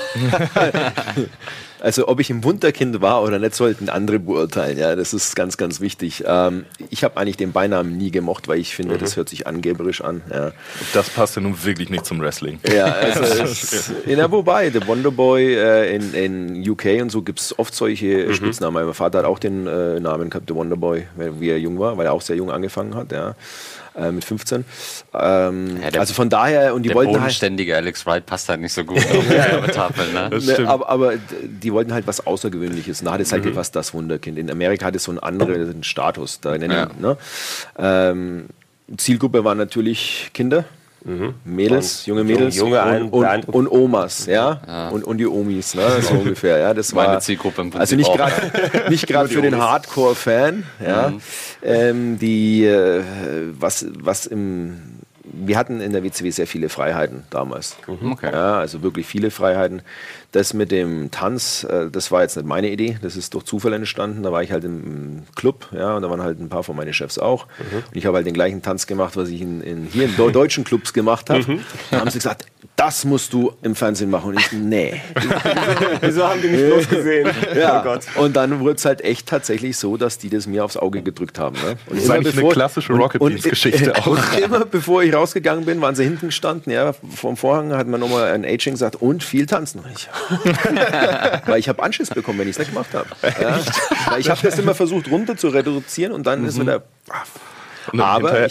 Also ob ich ein Wunderkind war oder nicht, sollten andere beurteilen. Ja, das ist ganz, ganz wichtig. Ich habe eigentlich den Beinamen nie gemocht, weil ich finde, das hört sich angeberisch an. Ja. Das passt ja nun wirklich nicht zum Wrestling. Ja, also wobei, The Wonderboy in UK und so gibt es oft solche Spitznamen. Mein Vater hat auch den Namen gehabt, The Wonderboy, wie er jung war, weil er auch sehr jung angefangen hat. Ja. Mit 15. Also von daher, und die wollten halt. Der bodenständige Alex Wright passt halt nicht so gut auf die Tafel, ne? Aber die wollten halt was Außergewöhnliches. Da hat es halt etwas das Wunderkind. In Amerika hat es so einen anderen Status. Da Zielgruppe waren natürlich Kinder. Mädels, junge Mädels und Omas, ja? Und die Omis, ne? So ungefähr, ja. Das war meine Zielgruppe im Prinzip. Also nicht gerade für den Hardcore-Fan, ja. Wir hatten in der WCW sehr viele Freiheiten damals. Okay. Ja, also wirklich viele Freiheiten. Das mit dem Tanz, das war jetzt nicht meine Idee, das ist durch Zufall entstanden. Da war ich halt im Club, ja, und da waren halt ein paar von meinen Chefs auch. Und ich habe halt den gleichen Tanz gemacht, was ich hier in deutschen Clubs gemacht habe. Da haben sie gesagt, das musst du im Fernsehen machen. Und ich, nee. Wieso haben die mich bloß gesehen? Ja. Oh Gott. Und dann wurde es halt echt tatsächlich so, dass die das mir aufs Auge gedrückt haben. Ne? Und das ist eigentlich eine klassische Rocket Beans-Geschichte auch. Und immer bevor ich rausgegangen bin, waren sie hinten gestanden, ja, vom Vorhang hat man nochmal ein Aging gesagt, und viel tanzen. Und ich, weil ich habe Anschiss bekommen, wenn ich es nicht gemacht habe. Ja? Weil ich habe das immer versucht runter zu reduzieren und dann ist wieder... Aber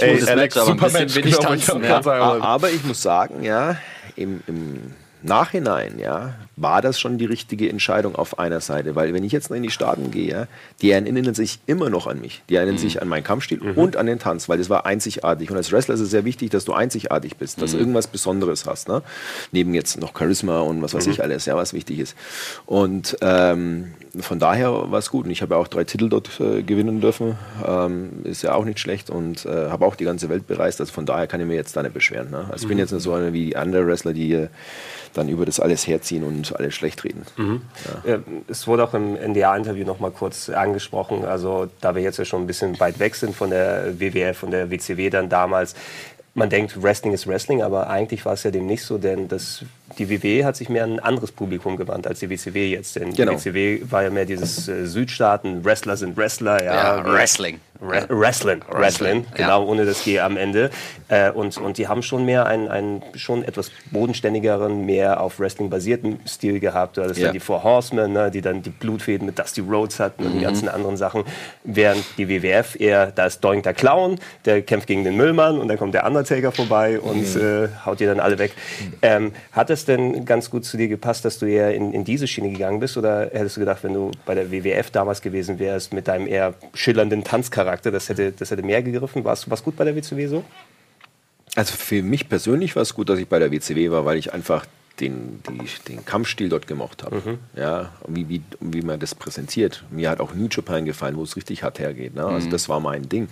ich muss sagen, ja, im Nachhinein, ja, war das schon die richtige Entscheidung auf einer Seite. Weil wenn ich jetzt noch in die Staaten gehe, ja, die erinnern sich immer noch an mich. Die erinnern sich an meinen Kampfstil und an den Tanz, weil das war einzigartig. Und als Wrestler ist es sehr wichtig, dass du einzigartig bist, dass du irgendwas Besonderes hast. Ne? Neben jetzt noch Charisma und was weiß ich alles, ja, was wichtig ist. Und von daher war es gut. Und ich habe ja auch 3 Titel dort gewinnen dürfen. Ist ja auch nicht schlecht. Und habe auch die ganze Welt bereist. Also von daher kann ich mir jetzt da nicht beschweren. Ne? Also ich bin jetzt nicht so einer wie die anderen Wrestler, die dann über das alles herziehen und alles schlecht reden. Ja. Es wurde auch im NDR-Interview noch mal kurz angesprochen, also da wir jetzt ja schon ein bisschen weit weg sind von der WWF und der WCW dann damals, man denkt, Wrestling ist Wrestling, aber eigentlich war es ja dem nicht so, denn die WWE hat sich mehr an ein anderes Publikum gewandt als die WCW jetzt. Denn die WCW war ja mehr dieses Südstaaten, Wrestler sind Wrestler. Wrestling. Wrestling, genau, ohne das G am Ende. Und die haben schon mehr einen schon etwas bodenständigeren, mehr auf Wrestling basierten Stil gehabt. Das sind die Four Horsemen, ne, die dann die Blutfäden mit Dusty Rhodes hatten und die ganzen anderen Sachen. Während die WWF eher, da ist Doink der Clown, der kämpft gegen den Müllmann und dann kommt der Undertaker vorbei und haut die dann alle weg. Hat es denn ganz gut zu dir gepasst, dass du eher in diese Schiene gegangen bist? Oder hättest du gedacht, wenn du bei der WWF damals gewesen wärst, mit deinem eher schillernden Tanzcharakter, das hätte mehr gegriffen? War's gut bei der WCW so? Also für mich persönlich war es gut, dass ich bei der WCW war, weil ich einfach den Kampfstil dort gemocht habe. Ja, wie man das präsentiert. Mir hat auch New Japan gefallen, wo es richtig hart hergeht. Ne? Also das war mein Ding.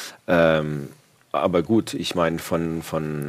Aber gut, ich meine, von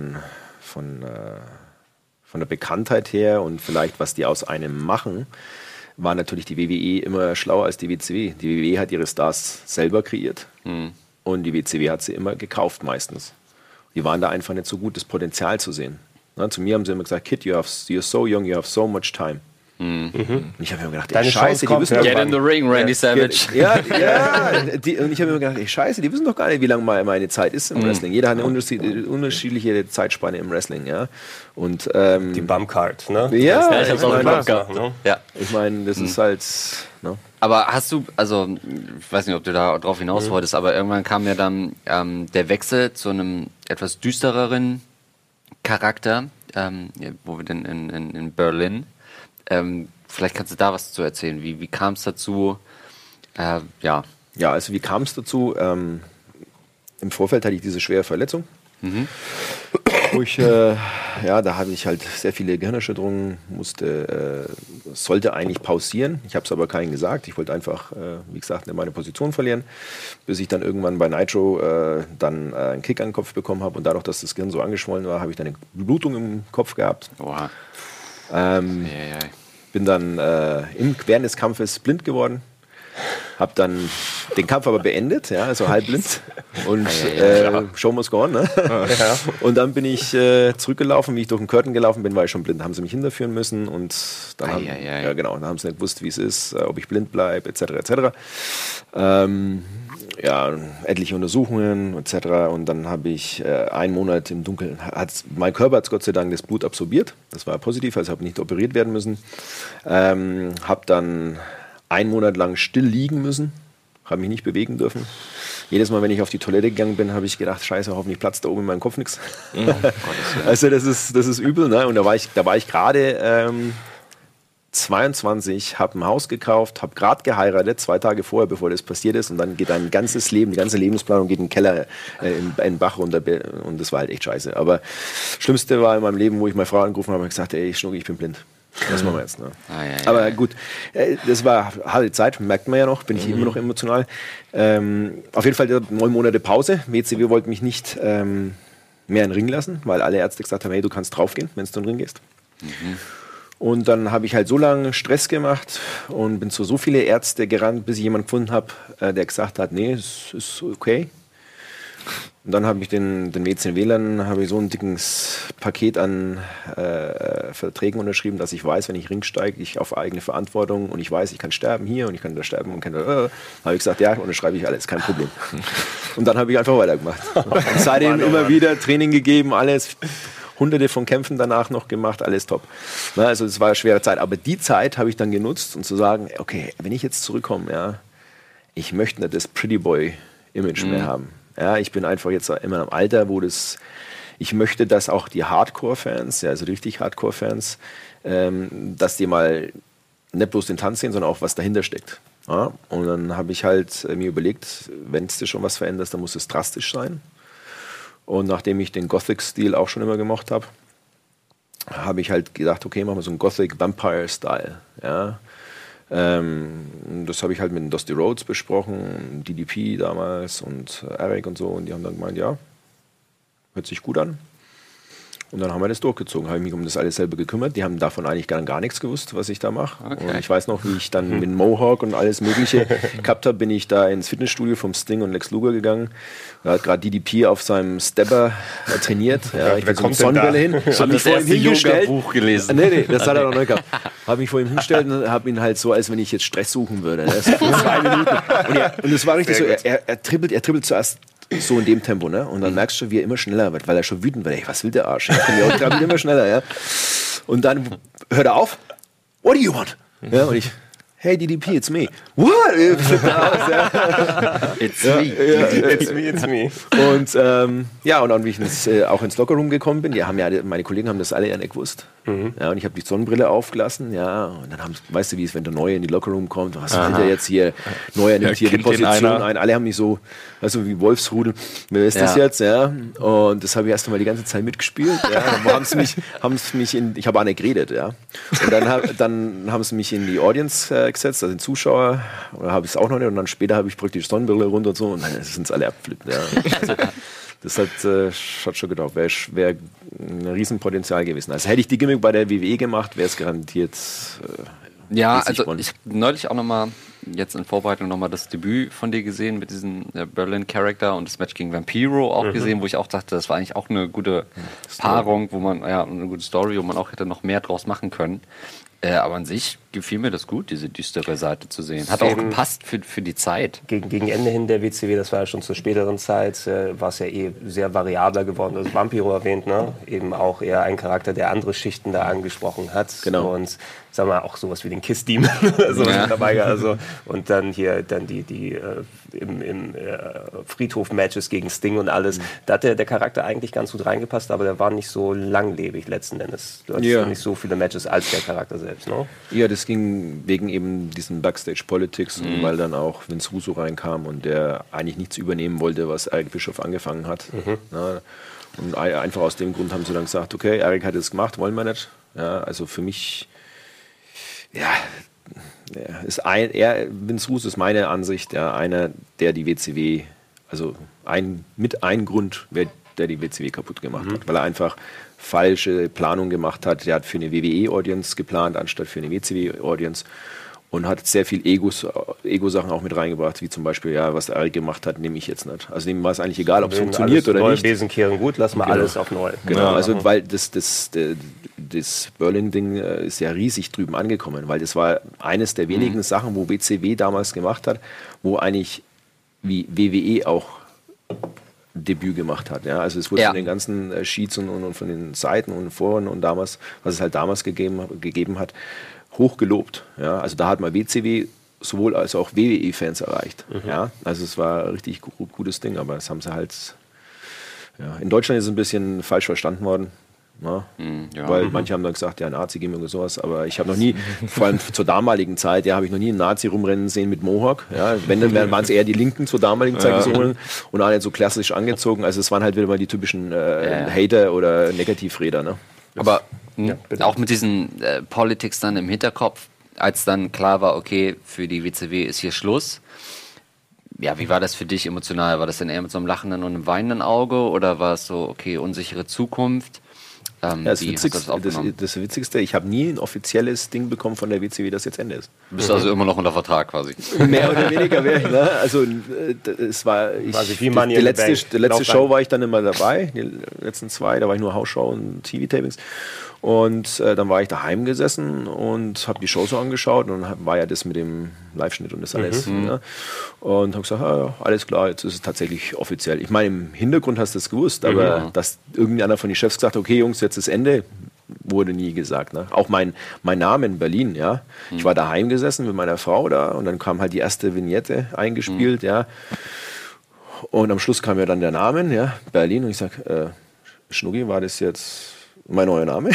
der Bekanntheit her und vielleicht, was die aus einem machen, war natürlich die WWE immer schlauer als die WCW. Die WWE hat ihre Stars selber kreiert und die WCW hat sie immer gekauft meistens. Die waren da einfach nicht so gut, das Potenzial zu sehen. Na, zu mir haben sie immer gesagt, Kid, you're so young, you have so much time. Und ich habe mir gedacht, Scheiße, die wissen doch Get in the ring, Randy Savage. Und ich habe mir gedacht, Scheiße, die wissen doch gar nicht, wie lange meine Zeit ist im Wrestling. Jeder hat eine unterschiedliche Zeitspanne im Wrestling, ja. Und die Bumpcard, ne? Ja, ich hab's auch gehabt. Ne? Ja. Ich meine, das ist halt. Ne? Aber hast du, also ich weiß nicht, ob du da drauf hinaus wolltest, aber irgendwann kam ja dann der Wechsel zu einem etwas düstereren Charakter, wo wir denn in Berlin. Vielleicht kannst du da was zu erzählen. Wie kam es dazu? Ja, also wie kam es dazu? Im Vorfeld hatte ich diese schwere Verletzung. Wo ich, da habe ich halt sehr viele Gehirnerschütterungen, sollte eigentlich pausieren. Ich habe es aber keinen gesagt. Ich wollte einfach, wie gesagt, nicht meine Position verlieren, bis ich dann irgendwann bei Nitro dann einen Kick an den Kopf bekommen habe. Und dadurch, dass das Gehirn so angeschwollen war, habe ich dann eine Blutung im Kopf gehabt. Wow. Bin dann während des Kampfes blind geworden. Hab dann den Kampf aber beendet, ja, also halbblind. Und Show must go on, ne? Und dann bin ich zurückgelaufen, wie ich durch den Curtain gelaufen bin, war ich schon blind. Haben sie mich hinterführen müssen und dann dann haben sie nicht gewusst, wie es ist, ob ich blind bleibe, etc. Etliche Untersuchungen etc. Und dann habe ich einen Monat im Dunkeln, mein Körper hat Gott sei Dank das Blut absorbiert, das war positiv, also habe nicht operiert werden müssen. Habe dann einen Monat lang still liegen müssen, habe mich nicht bewegen dürfen. Jedes Mal, wenn ich auf die Toilette gegangen bin, habe ich gedacht, scheiße, hoffentlich platzt da oben in meinem Kopf nichts. Also das ist übel, ne? Und da war ich gerade 22, habe ein Haus gekauft, habe gerade geheiratet, 2 Tage vorher, bevor das passiert ist. Und dann geht dein ganzes Leben, die ganze Lebensplanung geht in den Keller, in den Bach runter. Und das war halt echt scheiße. Aber das Schlimmste war in meinem Leben, wo ich meine Frau angerufen habe und gesagt, ey, Schnucki, ich bin blind. Das machen wir jetzt. Ne? Aber gut, das war harte Zeit, merkt man ja noch, bin ich immer noch emotional. Auf jeden Fall 9 Monate Pause. WCW wollte mich nicht mehr in den Ring lassen, weil alle Ärzte gesagt haben, hey, du kannst draufgehen, wenn du in den Ring gehst. Und dann habe ich halt so lange Stress gemacht und bin zu so viele Ärzte gerannt, bis ich jemanden gefunden habe, der gesagt hat, nee, es ist okay. Und dann habe ich den WCW-Lern so ein dickes Paket an Verträgen unterschrieben, dass ich weiß, wenn ich Ring steige, ich auf eigene Verantwortung und ich weiß, ich kann sterben hier und ich kann da sterben und kann da. Habe ich gesagt, ja, unterschreibe ich alles, kein Problem. Und dann habe ich einfach weitergemacht. Und seitdem immer wieder Training gegeben, alles. Hunderte von Kämpfen danach noch gemacht, alles top. Na, also es war eine schwere Zeit. Aber die Zeit habe ich dann genutzt, um zu sagen, okay, wenn ich jetzt zurückkomme, ja, ich möchte nicht das Pretty Boy-Image mehr haben. Ja, ich bin einfach jetzt immer im Alter, ich möchte, dass auch die Hardcore-Fans, ja, also richtig Hardcore-Fans, dass die mal nicht bloß den Tanz sehen, sondern auch was dahinter steckt. Ja, und dann habe ich halt mir überlegt, wenn du schon was veränderst, dann muss es drastisch sein. Und nachdem ich den Gothic-Stil auch schon immer gemocht habe, habe ich halt gedacht, okay, machen wir so einen Gothic-Vampire-Style. Ja. Das habe ich halt mit Dusty Rhodes besprochen, DDP damals und Eric und so. Und die haben dann gemeint, ja, hört sich gut an. Und dann haben wir das durchgezogen, habe ich mich um das alles selber gekümmert. Die haben davon eigentlich gar nichts gewusst, was ich da mache. Okay. Und ich weiß noch, wie ich dann mit Mohawk und alles Mögliche gehabt habe, bin ich da ins Fitnessstudio vom Sting und Lex Luger gegangen. Da hat gerade DDP auf seinem Stepper trainiert. Ja, ich bin so mit Sonnenbrille hin. Habe mich vor ihm hingestellt. Buch gelesen. Nee, das hat er noch nicht gehabt. Habe mich vor ihm hingestellt und habe ihn halt so, als wenn ich jetzt Stress suchen würde. Das ist 2 Minuten. Und es war richtig so, er tribbelt zuerst so in dem Tempo, ne? Und dann merkst du, wie er immer schneller wird, weil er schon wütend wird. Ey, was will der Arsch? Er trabbelt immer schneller, ja? Und dann hört er auf. What do you want? Ja, und ich, hey DDP, it's me. What? It's me. It's me. Und und dann, wie ich auch ins Lockerroom gekommen bin, meine Kollegen haben das alle ja nicht gewusst. Ja, und ich habe die Sonnenbrille aufgelassen, ja, und dann weißt du, wie es, wenn der Neue in die Lockerroom kommt, was will der jetzt hier? Neuer nimmt hier die Position ein. Alle haben mich so, also wie Wolfsrudel, wer ist das jetzt, ja? Und das habe ich erst einmal die ganze Zeit mitgespielt, ja. Dann haben sie mich ich habe auch nicht geredet, ja. Und dann haben sie mich in die Audience gesetzt, also den Zuschauer, oder habe ich es auch noch nicht, und dann später habe ich praktisch Sonnenbrille runter und so, und dann sind es alle abgeflippt, ja. Also, das hat schon gedacht, wäre ein Riesenpotenzial gewesen. Also hätte ich die Gimmick bei der WWE gemacht, wäre es garantiert. Also ich habe neulich auch nochmal, jetzt in Vorbereitung nochmal das Debüt von dir gesehen mit diesem Berlin-Charakter und das Match gegen Vampiro auch gesehen, wo ich auch dachte, das war eigentlich auch eine gute Paarung, wo man, eine gute Story, wo man auch hätte noch mehr draus machen können. Aber an sich gefiel mir das gut, diese düstere Seite zu sehen. Hat auch gepasst für die Zeit. Gegen Ende hin der WCW, das war ja schon zur späteren Zeit, war es ja sehr variabler geworden. Also Vampiro erwähnt, ne? Eben auch eher ein Charakter, der andere Schichten da angesprochen hat. Genau. Und sagen wir auch sowas wie den Kiss Demon oder so dabei. Also, und dann hier die im Friedhof-Matches gegen Sting und alles. Da hat der Charakter eigentlich ganz gut reingepasst, aber der war nicht so langlebig letzten Endes. Du hattest nicht so viele Matches als der Charakter selbst, ne? Ja, das ging wegen eben diesen Backstage-Politics, weil dann auch Vince Russo reinkam und der eigentlich nichts übernehmen wollte, was Eric Bischoff angefangen hat. Na, und einfach aus dem Grund haben sie dann gesagt, okay, Eric hat es gemacht, wollen wir nicht. Ja, also für mich, Vince Russo ist meine Ansicht, einer, der die WCW, also ein Grund, der die WCW kaputt gemacht hat, weil er einfach falsche Planung gemacht hat. Der hat für eine WWE-Audience geplant, anstatt für eine WCW-Audience, und hat sehr viel Ego-Sachen auch mit reingebracht, wie zum Beispiel, was Eric gemacht hat, nehme ich jetzt nicht. Also dem war es eigentlich egal, ob es funktioniert oder nicht. Besen kehren gut, lass mal alles auf neu. Genau, also weil das Berlin-Ding ist ja riesig drüben angekommen, weil das war eines der wenigen Sachen, wo WCW damals gemacht hat, wo eigentlich wie WWE auch Debüt gemacht hat. Ja? Also es wurde von den ganzen Sheets und von den Seiten und Foren und damals, was es halt damals gegeben hat, hoch gelobt. Ja? Also da hat man WCW sowohl als auch WWE-Fans erreicht. Ja? Also es war ein richtig gutes Ding, aber das haben sie halt, in Deutschland ist es ein bisschen falsch verstanden worden. Ja, weil manche haben dann gesagt, Nazi-Gimmick oder sowas, aber ich habe noch nie, vor allem zur damaligen Zeit, habe ich noch nie einen Nazi rumrennen sehen mit Mohawk. Ja, wenn, dann waren es eher die Linken zur damaligen Zeit gesungen und auch nicht so klassisch angezogen. Also es waren halt wieder mal die typischen Hater oder Negativräder. Ne? Aber auch mit diesen Politics dann im Hinterkopf, als dann klar war, okay, für die WCW ist hier Schluss. Ja, wie war das für dich emotional? War das dann eher mit so einem lachenden und einem weinenden Auge oder war es so, okay, unsichere Zukunft? Das Witzigste, ich habe nie ein offizielles Ding bekommen von der WCW, das jetzt Ende ist. Du bist also immer noch unter Vertrag quasi. Mehr oder weniger. Ne? Also es war, die letzte Show war ich dann immer dabei, die letzten 2, da war ich nur Hausshow und TV-Tapings. Und dann war ich daheim gesessen und habe die Show so angeschaut und dann war ja das mit dem Live-Schnitt und das alles. Ne? Und habe gesagt, alles klar, jetzt ist es tatsächlich offiziell. Ich meine, im Hintergrund hast du es gewusst, aber dass irgendeiner von den Chefs gesagt hat, okay Jungs, jetzt ist Ende, wurde nie gesagt. Ne? Auch mein Name in Berlin, ja. Ich war daheim gesessen mit meiner Frau da und dann kam halt die erste Vignette eingespielt, ja. Und am Schluss kam ja dann der Name, Berlin, und ich sage, Schnuggi, war das jetzt mein neuer Name?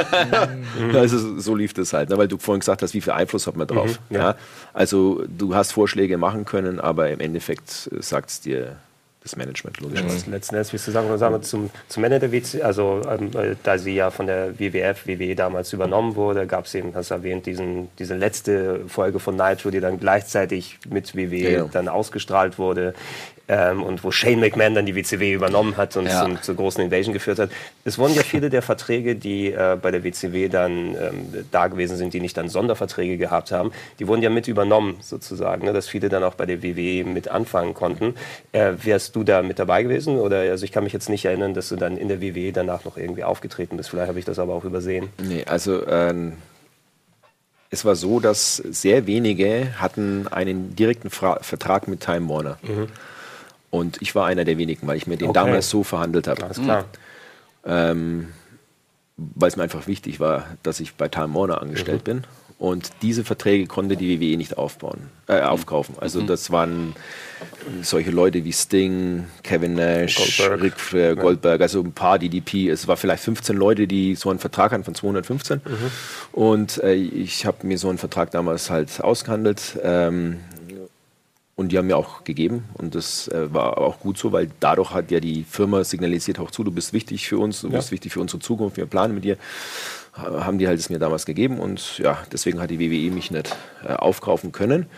Also so lief das halt, ne? Weil du vorhin gesagt hast, wie viel Einfluss hat man drauf. Ja? Also du hast Vorschläge machen können, aber im Endeffekt sagt es dir das Management, logischerweise. Letzten Endes, wie du sagen, zum Ende der WC, also da sie ja von der WWE damals übernommen wurde, gab es eben, hast du erwähnt, diese letzte Folge von Nitro, die dann gleichzeitig mit WWE dann ausgestrahlt wurde. und wo Shane McMahon dann die WCW übernommen hat und zur großen Invasion geführt hat. Es wurden ja viele der Verträge, die bei der WCW dann da gewesen sind, die nicht dann Sonderverträge gehabt haben, die wurden ja mit übernommen sozusagen, ne, dass viele dann auch bei der WWE mit anfangen konnten. Wärst du da mit dabei gewesen? Oder also ich kann mich jetzt nicht erinnern, dass du dann in der WWE danach noch irgendwie aufgetreten bist. Vielleicht habe ich das aber auch übersehen. Nee, also es war so, dass sehr wenige hatten einen direkten Vertrag mit Time Warner. Und ich war einer der wenigen, weil ich mir den damals so verhandelt habe. Alles klar. Weil es mir einfach wichtig war, dass ich bei Time Warner angestellt bin. Und diese Verträge konnte die WWE nicht aufkaufen. Also das waren solche Leute wie Sting, Kevin Nash, Rick Flair, Goldberg, also ein paar DDP. Es war vielleicht 15 Leute, die so einen Vertrag hatten von 215. Und ich habe mir so einen Vertrag damals halt ausgehandelt. Und die haben mir auch gegeben. Und das war auch gut so, weil dadurch hat ja die Firma signalisiert auch zu, du bist wichtig für uns, du bist wichtig für unsere Zukunft, wir planen mit dir. Haben die halt es mir damals gegeben und ja, deswegen hat die WWE mich nicht aufkaufen können.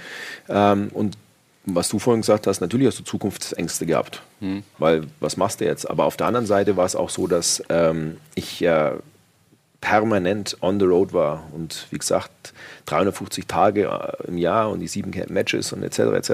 Und was du vorhin gesagt hast, natürlich hast du Zukunftsängste gehabt, weil was machst du jetzt? Aber auf der anderen Seite war es auch so, dass ich permanent on the road war und wie gesagt 350 Tage im Jahr und die 7 Matches und etc.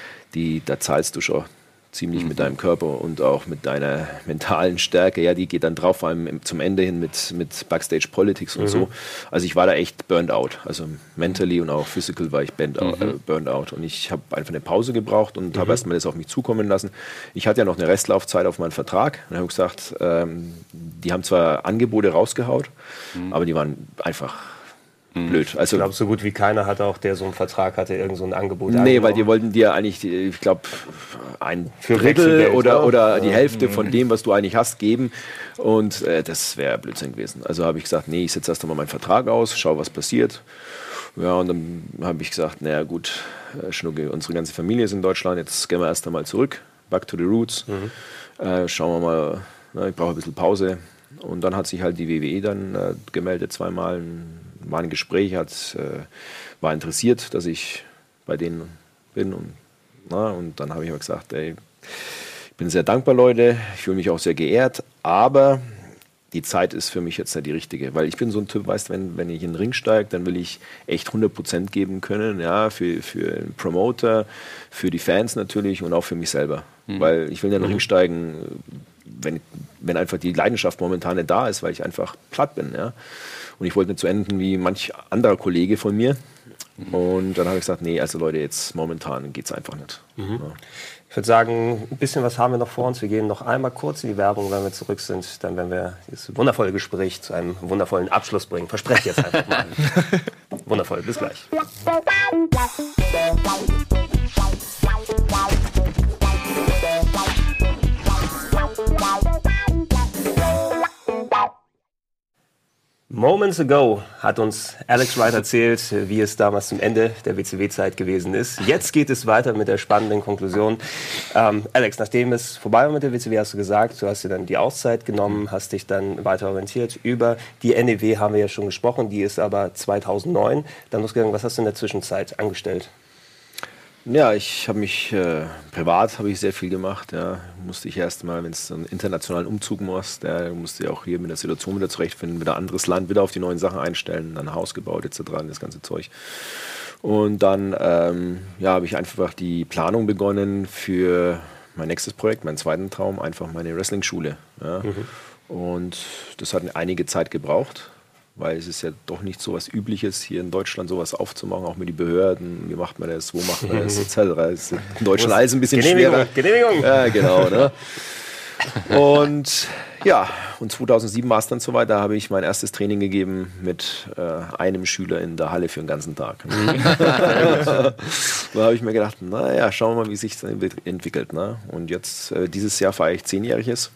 Da zahlst du schon ziemlich mit deinem Körper und auch mit deiner mentalen Stärke. Ja, die geht dann drauf, vor allem zum Ende hin mit Backstage Politics und so. Also ich war da echt burned out. Also mentally und auch physical war ich burned out. Und ich habe einfach eine Pause gebraucht und habe erstmal das auf mich zukommen lassen. Ich hatte ja noch eine Restlaufzeit auf meinen Vertrag. Und habe gesagt, die haben zwar Angebote rausgehaut, aber die waren einfach blöd. Also, ich glaube, so gut wie keiner hatte auch, der so einen Vertrag hatte, irgend so ein Angebot. Nee, weil die wollten dir eigentlich, ich glaube, ein Drittel oder die Hälfte von dem, was du eigentlich hast, geben. Und das wäre Blödsinn gewesen. Also habe ich gesagt, nee, ich setze erst einmal meinen Vertrag aus, schau, was passiert. Ja, und dann habe ich gesagt, naja gut, Schnucke, unsere ganze Familie ist in Deutschland, jetzt gehen wir erst einmal zurück, back to the roots. Schauen wir mal, ich brauche ein bisschen Pause. Und dann hat sich halt die WWE dann gemeldet, zweimal, war ein Gespräch, war interessiert, dass ich bei denen bin. Und dann habe ich aber gesagt, ey, ich bin sehr dankbar, Leute, ich fühle mich auch sehr geehrt, aber die Zeit ist für mich jetzt nicht die richtige, weil ich bin so ein Typ, weißt, wenn ich in den Ring steige, dann will ich echt 100% geben können, ja, für einen Promoter, für die Fans natürlich und auch für mich selber, weil ich will in den Ring steigen, wenn einfach die Leidenschaft momentan nicht da ist, weil ich einfach platt bin, ja. Und ich wollte nicht so enden wie manch anderer Kollege von mir. Und dann habe ich gesagt, nee, also Leute, jetzt momentan geht es einfach nicht. Ja. Ich würde sagen, ein bisschen was haben wir noch vor uns. Wir gehen noch einmal kurz in die Werbung, wenn wir zurück sind. Dann werden wir dieses wundervolle Gespräch zu einem wundervollen Abschluss bringen. Verspreche jetzt einfach mal. Wundervoll, bis gleich. Moments ago hat uns Alex Wright erzählt, wie es damals zum Ende der WCW-Zeit gewesen ist. Jetzt geht es weiter mit der spannenden Konklusion. Alex, nachdem es vorbei war mit der WCW, hast du gesagt, du hast dir dann die Auszeit genommen, hast dich dann weiter orientiert. Über die NEW haben wir ja schon gesprochen, die ist aber 2009 dann losgegangen. Was hast du in der Zwischenzeit angestellt? Ja, ich habe mich privat habe ich sehr viel gemacht. Ja. Musste ich erst mal, wenn es einen internationalen Umzug machst, musste ich auch hier mit der Situation wieder zurechtfinden, wieder ein anderes Land, wieder auf die neuen Sachen einstellen, dann ein Haus gebaut etc., das ganze Zeug. Und dann habe ich einfach die Planung begonnen für mein nächstes Projekt, meinen zweiten Traum, einfach meine Wrestling-Schule. Ja. Und das hat einige Zeit gebraucht, weil es ist ja doch nicht so was Übliches, hier in Deutschland sowas aufzumachen, auch mit den Behörden. Wie macht man das, wo macht man das, etc. Das ist in Deutschland alles ein bisschen schwerer. Genehmigung. Ja, genau. Ne? Und ja, und 2007 war es dann soweit, da habe ich mein erstes Training gegeben mit einem Schüler in der Halle für den ganzen Tag. Da habe ich mir gedacht, naja, schauen wir mal, wie sich das entwickelt. Ne? Und jetzt, dieses Jahr feiere ich 10-Jähriges.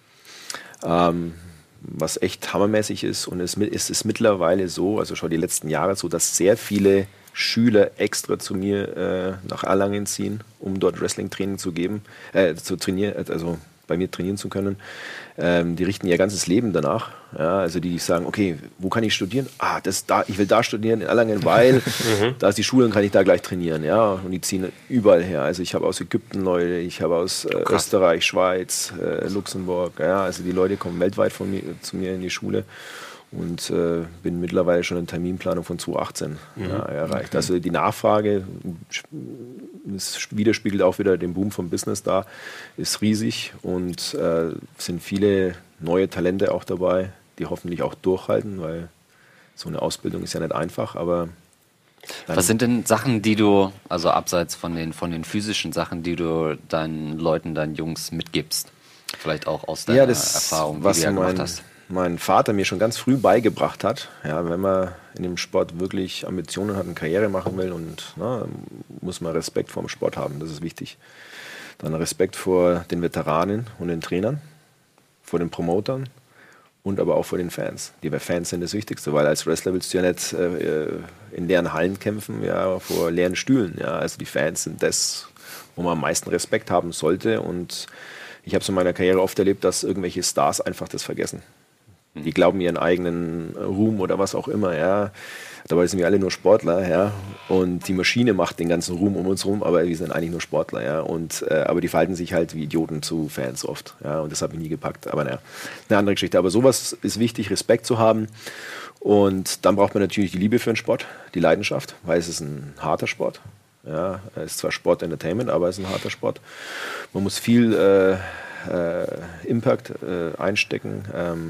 Was echt hammermäßig ist, und es ist mittlerweile so, also schon die letzten Jahre so, dass sehr viele Schüler extra zu mir nach Erlangen ziehen, um dort Wrestling-Training zu geben, zu trainieren, also bei mir trainieren zu können, die richten ihr ganzes Leben danach. Ja, also die sagen, okay, wo kann ich studieren? Ich will da studieren in Erlangen, weil da ist die Schule und kann ich da gleich trainieren. Ja, und die ziehen überall her. Also ich habe aus Ägypten Leute, ich habe aus Österreich, Schweiz, Luxemburg. Ja, also die Leute kommen weltweit zu mir in die Schule. Und bin mittlerweile schon in Terminplanung von 2018 erreicht. Also die Nachfrage, das widerspiegelt auch wieder den Boom vom Business da, ist riesig und sind viele neue Talente auch dabei, die hoffentlich auch durchhalten, weil so eine Ausbildung ist ja nicht einfach, aber... Was sind denn Sachen, die du, also abseits von den physischen Sachen, die du deinen Leuten, deinen Jungs mitgibst? Vielleicht auch aus deiner Erfahrung, die du ja gemacht hast. Mein Vater mir schon ganz früh beigebracht hat, ja, wenn man in dem Sport wirklich Ambitionen hat und Karriere machen will, und muss man Respekt vor dem Sport haben, das ist wichtig. Dann Respekt vor den Veteranen und den Trainern, vor den Promotern und aber auch vor den Fans. Die Fans sind das Wichtigste, weil als Wrestler willst du ja nicht in leeren Hallen kämpfen, ja, vor leeren Stühlen. Ja. Also die Fans sind das, wo man am meisten Respekt haben sollte, und ich habe es in meiner Karriere oft erlebt, dass irgendwelche Stars einfach das vergessen. Die glauben ihren eigenen Ruhm oder was auch immer, ja. Dabei sind wir alle nur Sportler, ja. Und die Maschine macht den ganzen Ruhm um uns rum, aber wir sind eigentlich nur Sportler, ja. Und, aber die verhalten sich halt wie Idioten zu Fans oft, ja. Und das habe ich nie gepackt. Aber naja, eine andere Geschichte. Aber sowas ist wichtig, Respekt zu haben. Und dann braucht man natürlich die Liebe für den Sport, die Leidenschaft, weil es ist ein harter Sport. Ja, es ist zwar Sport-Entertainment, aber es ist ein harter Sport. Man muss viel Impact einstecken,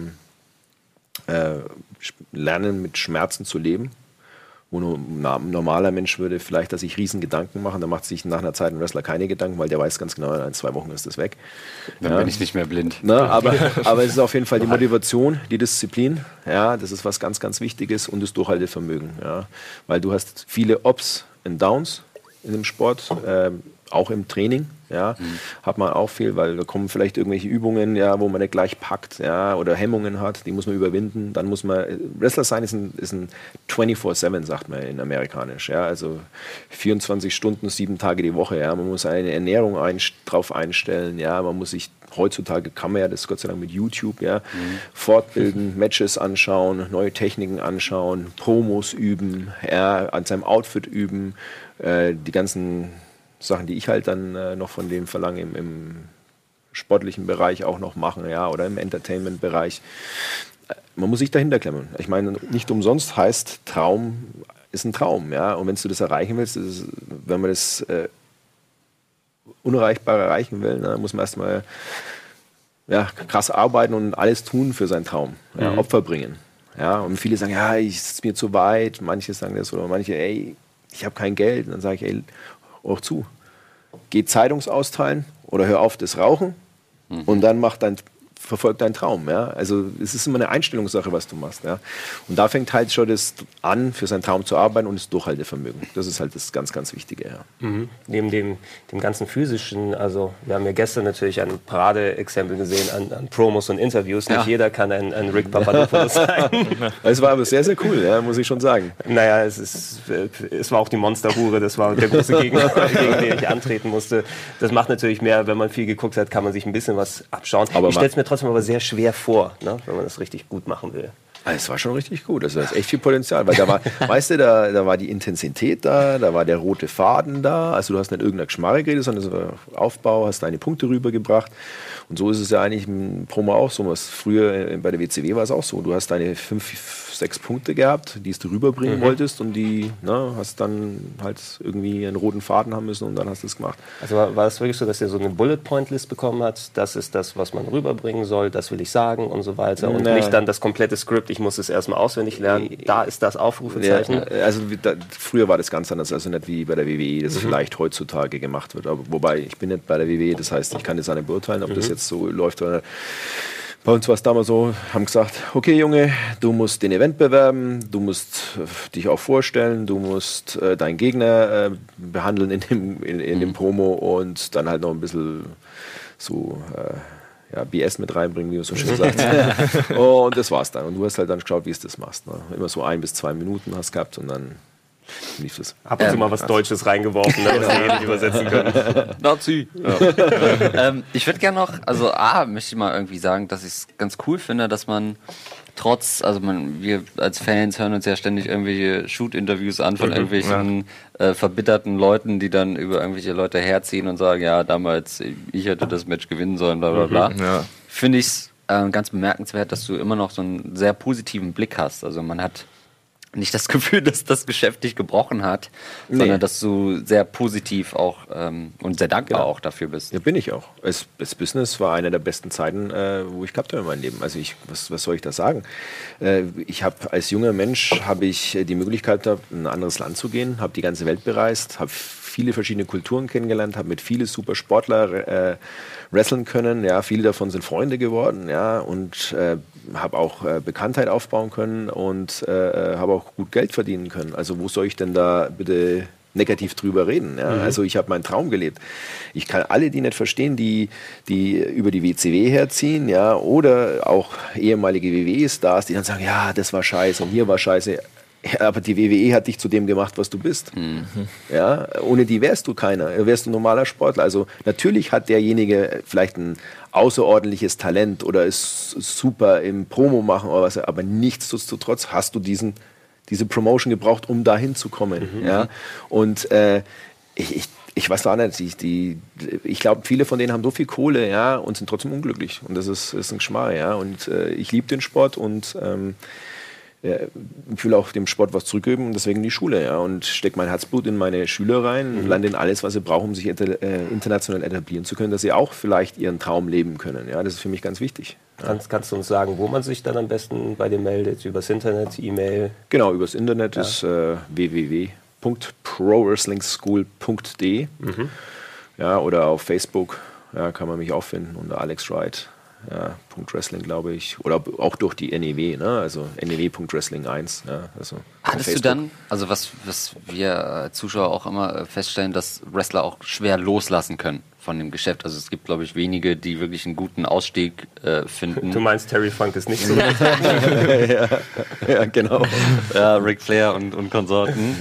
lernen, mit Schmerzen zu leben. Wo ein normaler Mensch würde vielleicht sich riesen Gedanken machen, da macht sich nach einer Zeit ein Wrestler keine Gedanken, weil der weiß ganz genau, in 2 Wochen ist das weg. Dann bin ich nicht mehr blind. Na, aber es ist auf jeden Fall die Motivation, die Disziplin, ja, das ist was ganz, ganz Wichtiges, und das Durchhaltevermögen. Ja, weil du hast viele Ups und Downs in dem Sport, auch im Training. Ja, hat man auch viel, weil da kommen vielleicht irgendwelche Übungen, ja, wo man nicht gleich packt, ja, oder Hemmungen hat, die muss man überwinden. Dann muss man, Wrestler sein ist ein 24/7, sagt man in amerikanisch, ja, also 24 Stunden, 7 Tage die Woche, ja, man muss eine Ernährung drauf einstellen, ja, man muss sich, heutzutage kann man ja das Gott sei Dank mit YouTube, ja, fortbilden, Matches anschauen, neue Techniken anschauen, Promos üben, ja, an seinem Outfit üben, die ganzen Sachen, die ich halt dann noch von dem verlange, im sportlichen Bereich auch noch machen, ja, oder im Entertainment-Bereich. Man muss sich dahinter klemmen. Ich meine, nicht umsonst heißt, Traum ist ein Traum, ja, und wenn du das erreichen willst, wenn man das Unerreichbare erreichen will, dann muss man erstmal krass arbeiten und alles tun für seinen Traum, ja, Opfer bringen. Ja, und viele sagen, ja, es ist mir zu weit, manche sagen das, oder manche, ey, ich habe kein Geld. Und dann sage ich, ey, auch zu. Geh Zeitungsausteilen oder hör auf das Rauchen und dann verfolg deinen Traum. Ja? Also es ist immer eine Einstellungssache, was du machst. Ja? Und da fängt halt schon das an, für seinen Traum zu arbeiten und das Durchhaltevermögen. Das ist halt das ganz, ganz Wichtige. Ja. Neben dem ganzen Physischen, also wir haben ja gestern natürlich ein Paradeexempel gesehen an Promos und Interviews. Nicht jeder kann ein Rick Papadopoulos sein. Es war aber sehr, sehr cool, ja, muss ich schon sagen. Naja, es war auch die Monsterhure, das war der große Gegner, gegen den ich antreten musste. Das macht natürlich mehr, wenn man viel geguckt hat, kann man sich ein bisschen was abschauen. Aber ich stelle es mir trotzdem aber sehr schwer vor, ne, wenn man das richtig gut machen will. Es war schon richtig gut, also da ist echt viel Potenzial, weil da war, weißt du, da war die Intensität da war der rote Faden da, also du hast nicht irgendein Geschmarre geredet, sondern das war Aufbau, hast deine Punkte rübergebracht, und so ist es ja eigentlich im Promo auch so. Früher bei der WCW war es auch so, du hast deine 5, 6 Punkte gehabt, die du rüberbringen wolltest, und die hast dann halt irgendwie einen roten Faden haben müssen, und dann hast du es gemacht. Also war es wirklich so, dass ihr so eine Bullet-Point-List bekommen hat, das ist das, was man rüberbringen soll, das will ich sagen und so weiter, und nicht dann das komplette Skript, ich muss es erstmal auswendig lernen, da ist das Aufrufezeichen. Ja, also früher war das ganz anders, also nicht wie bei der WWE, das vielleicht heutzutage gemacht wird, aber wobei, ich bin nicht bei der WWE, das heißt, ich kann das auch nicht beurteilen, ob das jetzt so läuft oder nicht. Bei uns war es damals so, haben gesagt, okay Junge, du musst den Event bewerben, du musst dich auch vorstellen, du musst deinen Gegner behandeln in dem Promo, und dann halt noch ein bisschen so BS mit reinbringen, wie man so schön sagt. Und das war's dann. Und du hast halt dann geschaut, wie du das machst. Ne? Immer so 1 bis 2 Minuten hast gehabt, und dann lief es. Ab und zu mal was Deutsches reingeworfen, was wir nicht übersetzen können. Nazi. Ja. Ich würde gerne noch, möchte ich mal irgendwie sagen, dass ich es ganz cool finde, dass man wir als Fans hören uns ja ständig irgendwelche Shoot-Interviews an von irgendwelchen verbitterten Leuten, die dann über irgendwelche Leute herziehen und sagen, ja, damals, ich hätte das Match gewinnen sollen, bla bla bla. Ja. Finde ich es ganz bemerkenswert, dass du immer noch so einen sehr positiven Blick hast. Also man hat nicht das Gefühl, dass das Geschäft dich gebrochen hat, sondern dass du sehr positiv auch und sehr dankbar auch dafür bist. Ja, bin ich auch. Das Business war eine der besten Zeiten, wo ich gehabt habe in meinem Leben. Also was soll ich da sagen? Ich habe als junger Mensch die Möglichkeit gehabt, in ein anderes Land zu gehen, habe die ganze Welt bereist, habe viele verschiedene Kulturen kennengelernt, habe mit vielen super Sportler wresteln können. Ja, viele davon sind Freunde geworden, ja, und habe auch Bekanntheit aufbauen können und habe auch gut Geld verdienen können. Also wo soll ich denn da bitte negativ drüber reden? Ja? Also ich habe meinen Traum gelebt. Ich kann alle, die nicht verstehen, die über die WCW herziehen, ja, oder auch ehemalige WWE-Stars, die dann sagen, ja, das war scheiße und hier war scheiße. Ja, aber die WWE hat dich zu dem gemacht, was du bist. Ja, ohne die wärst du keiner, wärst du ein normaler Sportler. Also natürlich hat derjenige vielleicht ein außerordentliches Talent oder ist super im Promo machen oder was, aber nichtsdestotrotz hast du diese Promotion gebraucht, um dahin zu kommen. Ja? Und ich weiß auch nicht, ich glaube, viele von denen haben so viel Kohle, ja, und sind trotzdem unglücklich. Und das ist ein Geschmarr, ja. Und ich liebe den Sport und ich will auch dem Sport was zurückgeben und deswegen die Schule, ja, und stecke mein Herzblut in meine Schüler rein und lande in alles, was sie brauchen, um sich international etablieren zu können, dass sie auch vielleicht ihren Traum leben können, ja, das ist für mich ganz wichtig. Ja. Kannst du uns sagen, wo man sich dann am besten bei dir meldet? Übers Internet, E-Mail? Genau, übers Internet ist www.prowrestlingschool.de ja, oder auf Facebook kann man mich auch finden unter Alex Wright. Ja, .wrestling, glaube ich. Oder auch durch die NEW, ne? Also NEW.wrestling 1. Ja, also hattest du dann, also was wir Zuschauer auch immer feststellen, dass Wrestler auch schwer loslassen können von dem Geschäft. Also es gibt, glaube ich, wenige, die wirklich einen guten Ausstieg finden. Du meinst, Terry Funk ist nicht so? ja, genau. Ja, Ric Flair und Konsorten.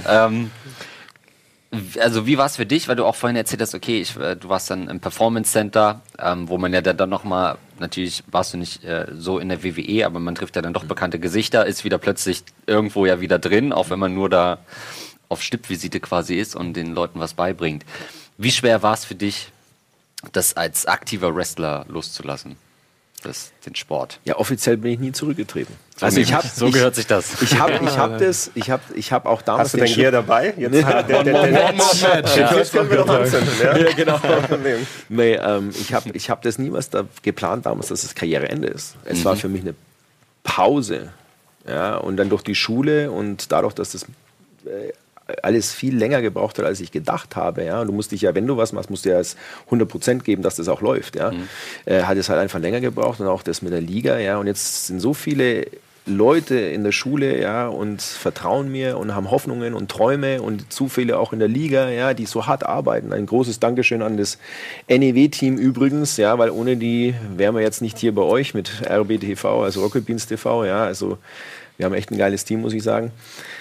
Also wie war es für dich, weil du auch vorhin erzählt hast, okay, du warst dann im Performance Center, wo man ja dann nochmal, natürlich warst du nicht so in der WWE, aber man trifft ja dann doch bekannte Gesichter, ist wieder plötzlich irgendwo ja wieder drin, auch wenn man nur da auf Stippvisite quasi ist und den Leuten was beibringt. Wie schwer war es für dich, das als aktiver Wrestler loszulassen? Den Sport. Ja, offiziell bin ich nie zurückgetreten. Also so gehört sich das. Ich habe auch damals. Hast du dein Gear dabei? Jetzt jetzt können wir doch anzünden. Ja, genau. Nee, ich habe das niemals geplant damals, dass es Karriereende ist. Es war für mich eine Pause. Ja, und dann durch die Schule und dadurch, dass das alles viel länger gebraucht hat, als ich gedacht habe. Ja? Und du musst dich ja, wenn du was machst, musst du ja es 100% geben, dass das auch läuft. Ja? Hat es halt einfach länger gebraucht und auch das mit der Liga. Ja? Und jetzt sind so viele Leute in der Schule, ja, und vertrauen mir und haben Hoffnungen und Träume und zu viele auch in der Liga, ja, die so hart arbeiten. Ein großes Dankeschön an das NEW-Team übrigens, ja, weil ohne die wären wir jetzt nicht hier bei euch mit RBTV, also Rocket Beans TV. Ja? Also wir haben echt ein geiles Team, muss ich sagen.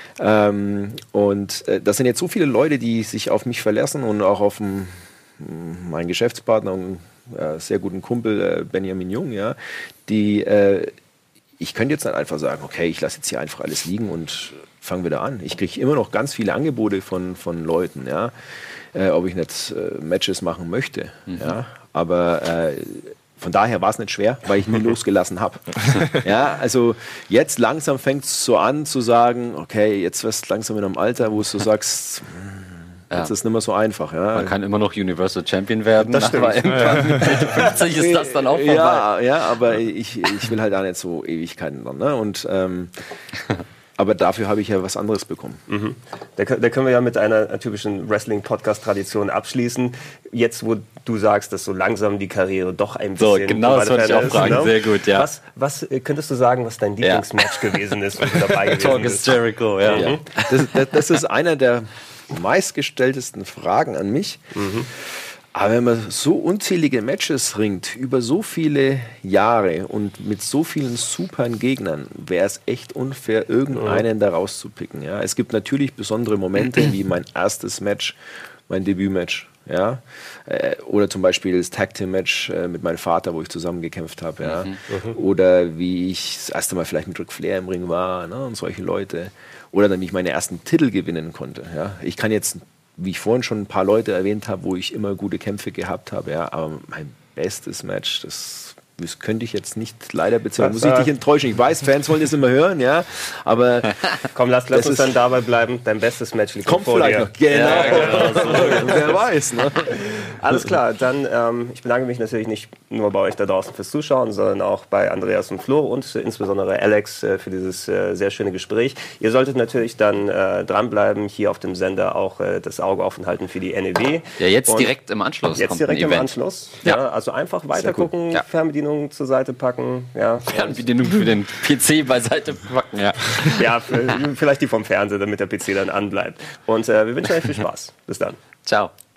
Und das sind jetzt so viele Leute, die sich auf mich verlassen und auch auf meinen Geschäftspartner und sehr guten Kumpel Benjamin Jung, ja, die ich könnte jetzt dann einfach sagen, okay, ich lasse jetzt hier einfach alles liegen und fange wieder an. Ich kriege immer noch ganz viele Angebote von Leuten, ja, ob ich nicht Matches machen möchte, ja, aber von daher war es nicht schwer, weil ich nie losgelassen habe. Ja, also jetzt langsam fängt es so an zu sagen, okay, jetzt wirst du langsam in einem Alter, wo du sagst, jetzt ist es nicht mehr so einfach. Ja. Man kann immer noch Universal Champion werden, das aber irgendwann mit 50 ist das dann auch vorbei. Ja, aber ich will halt auch nicht so Ewigkeiten dann. Ne? Und aber dafür habe ich ja was anderes bekommen. Da können wir ja mit einer typischen Wrestling-Podcast-Tradition abschließen. Jetzt, wo du sagst, dass so langsam die Karriere doch ein bisschen... So, genau das wollte ich auch fragen. Ne? Sehr gut, ja. Was könntest du sagen, was dein Lieblingsmatch gewesen ist, wo du dabei gewesen Talk bist? Jericho, ja. Das ist einer der meistgestelltesten Fragen an mich. Aber wenn man so unzählige Matches ringt, über so viele Jahre und mit so vielen supern Gegnern, wäre es echt unfair, irgendeinen da rauszupicken. Ja? Es gibt natürlich besondere Momente, wie mein erstes Match, mein Debütmatch. Ja? Oder zum Beispiel das Tag-Team-Match mit meinem Vater, wo ich zusammen gekämpft habe. Ja? Oder wie ich das erste Mal vielleicht mit Ric Flair im Ring war, ne? Und solche Leute. Oder dann, wie ich meine ersten Titel gewinnen konnte. Ja? Ich kann jetzt, wie ich vorhin schon ein paar Leute erwähnt habe, wo ich immer gute Kämpfe gehabt habe, ja, aber mein bestes Match, das könnte ich jetzt nicht leider bezeugen. Muss ich dich enttäuschen. Ich weiß, Fans wollen das immer hören, ja, aber... Komm, lass uns dann dabei bleiben. Dein bestes Match liegt kommt vielleicht noch. Genau. Ja, genau. Wer weiß, ne? Alles klar, dann ich bedanke mich natürlich nicht nur bei euch da draußen fürs Zuschauen, sondern auch bei Andreas und Flo und insbesondere Alex für dieses sehr schöne Gespräch. Ihr solltet natürlich dann dranbleiben, hier auf dem Sender auch das Auge offen halten für die NEW. Ja, jetzt direkt im Anschluss. Jetzt direkt im Anschluss. Ja. Also einfach weitergucken, Fernbedienung zur Seite packen. Ja. Fernbedienung für den PC beiseite packen, ja. Ja, vielleicht die vom Fernseher, damit der PC dann anbleibt. Und wir wünschen euch viel Spaß. Bis dann. Ciao.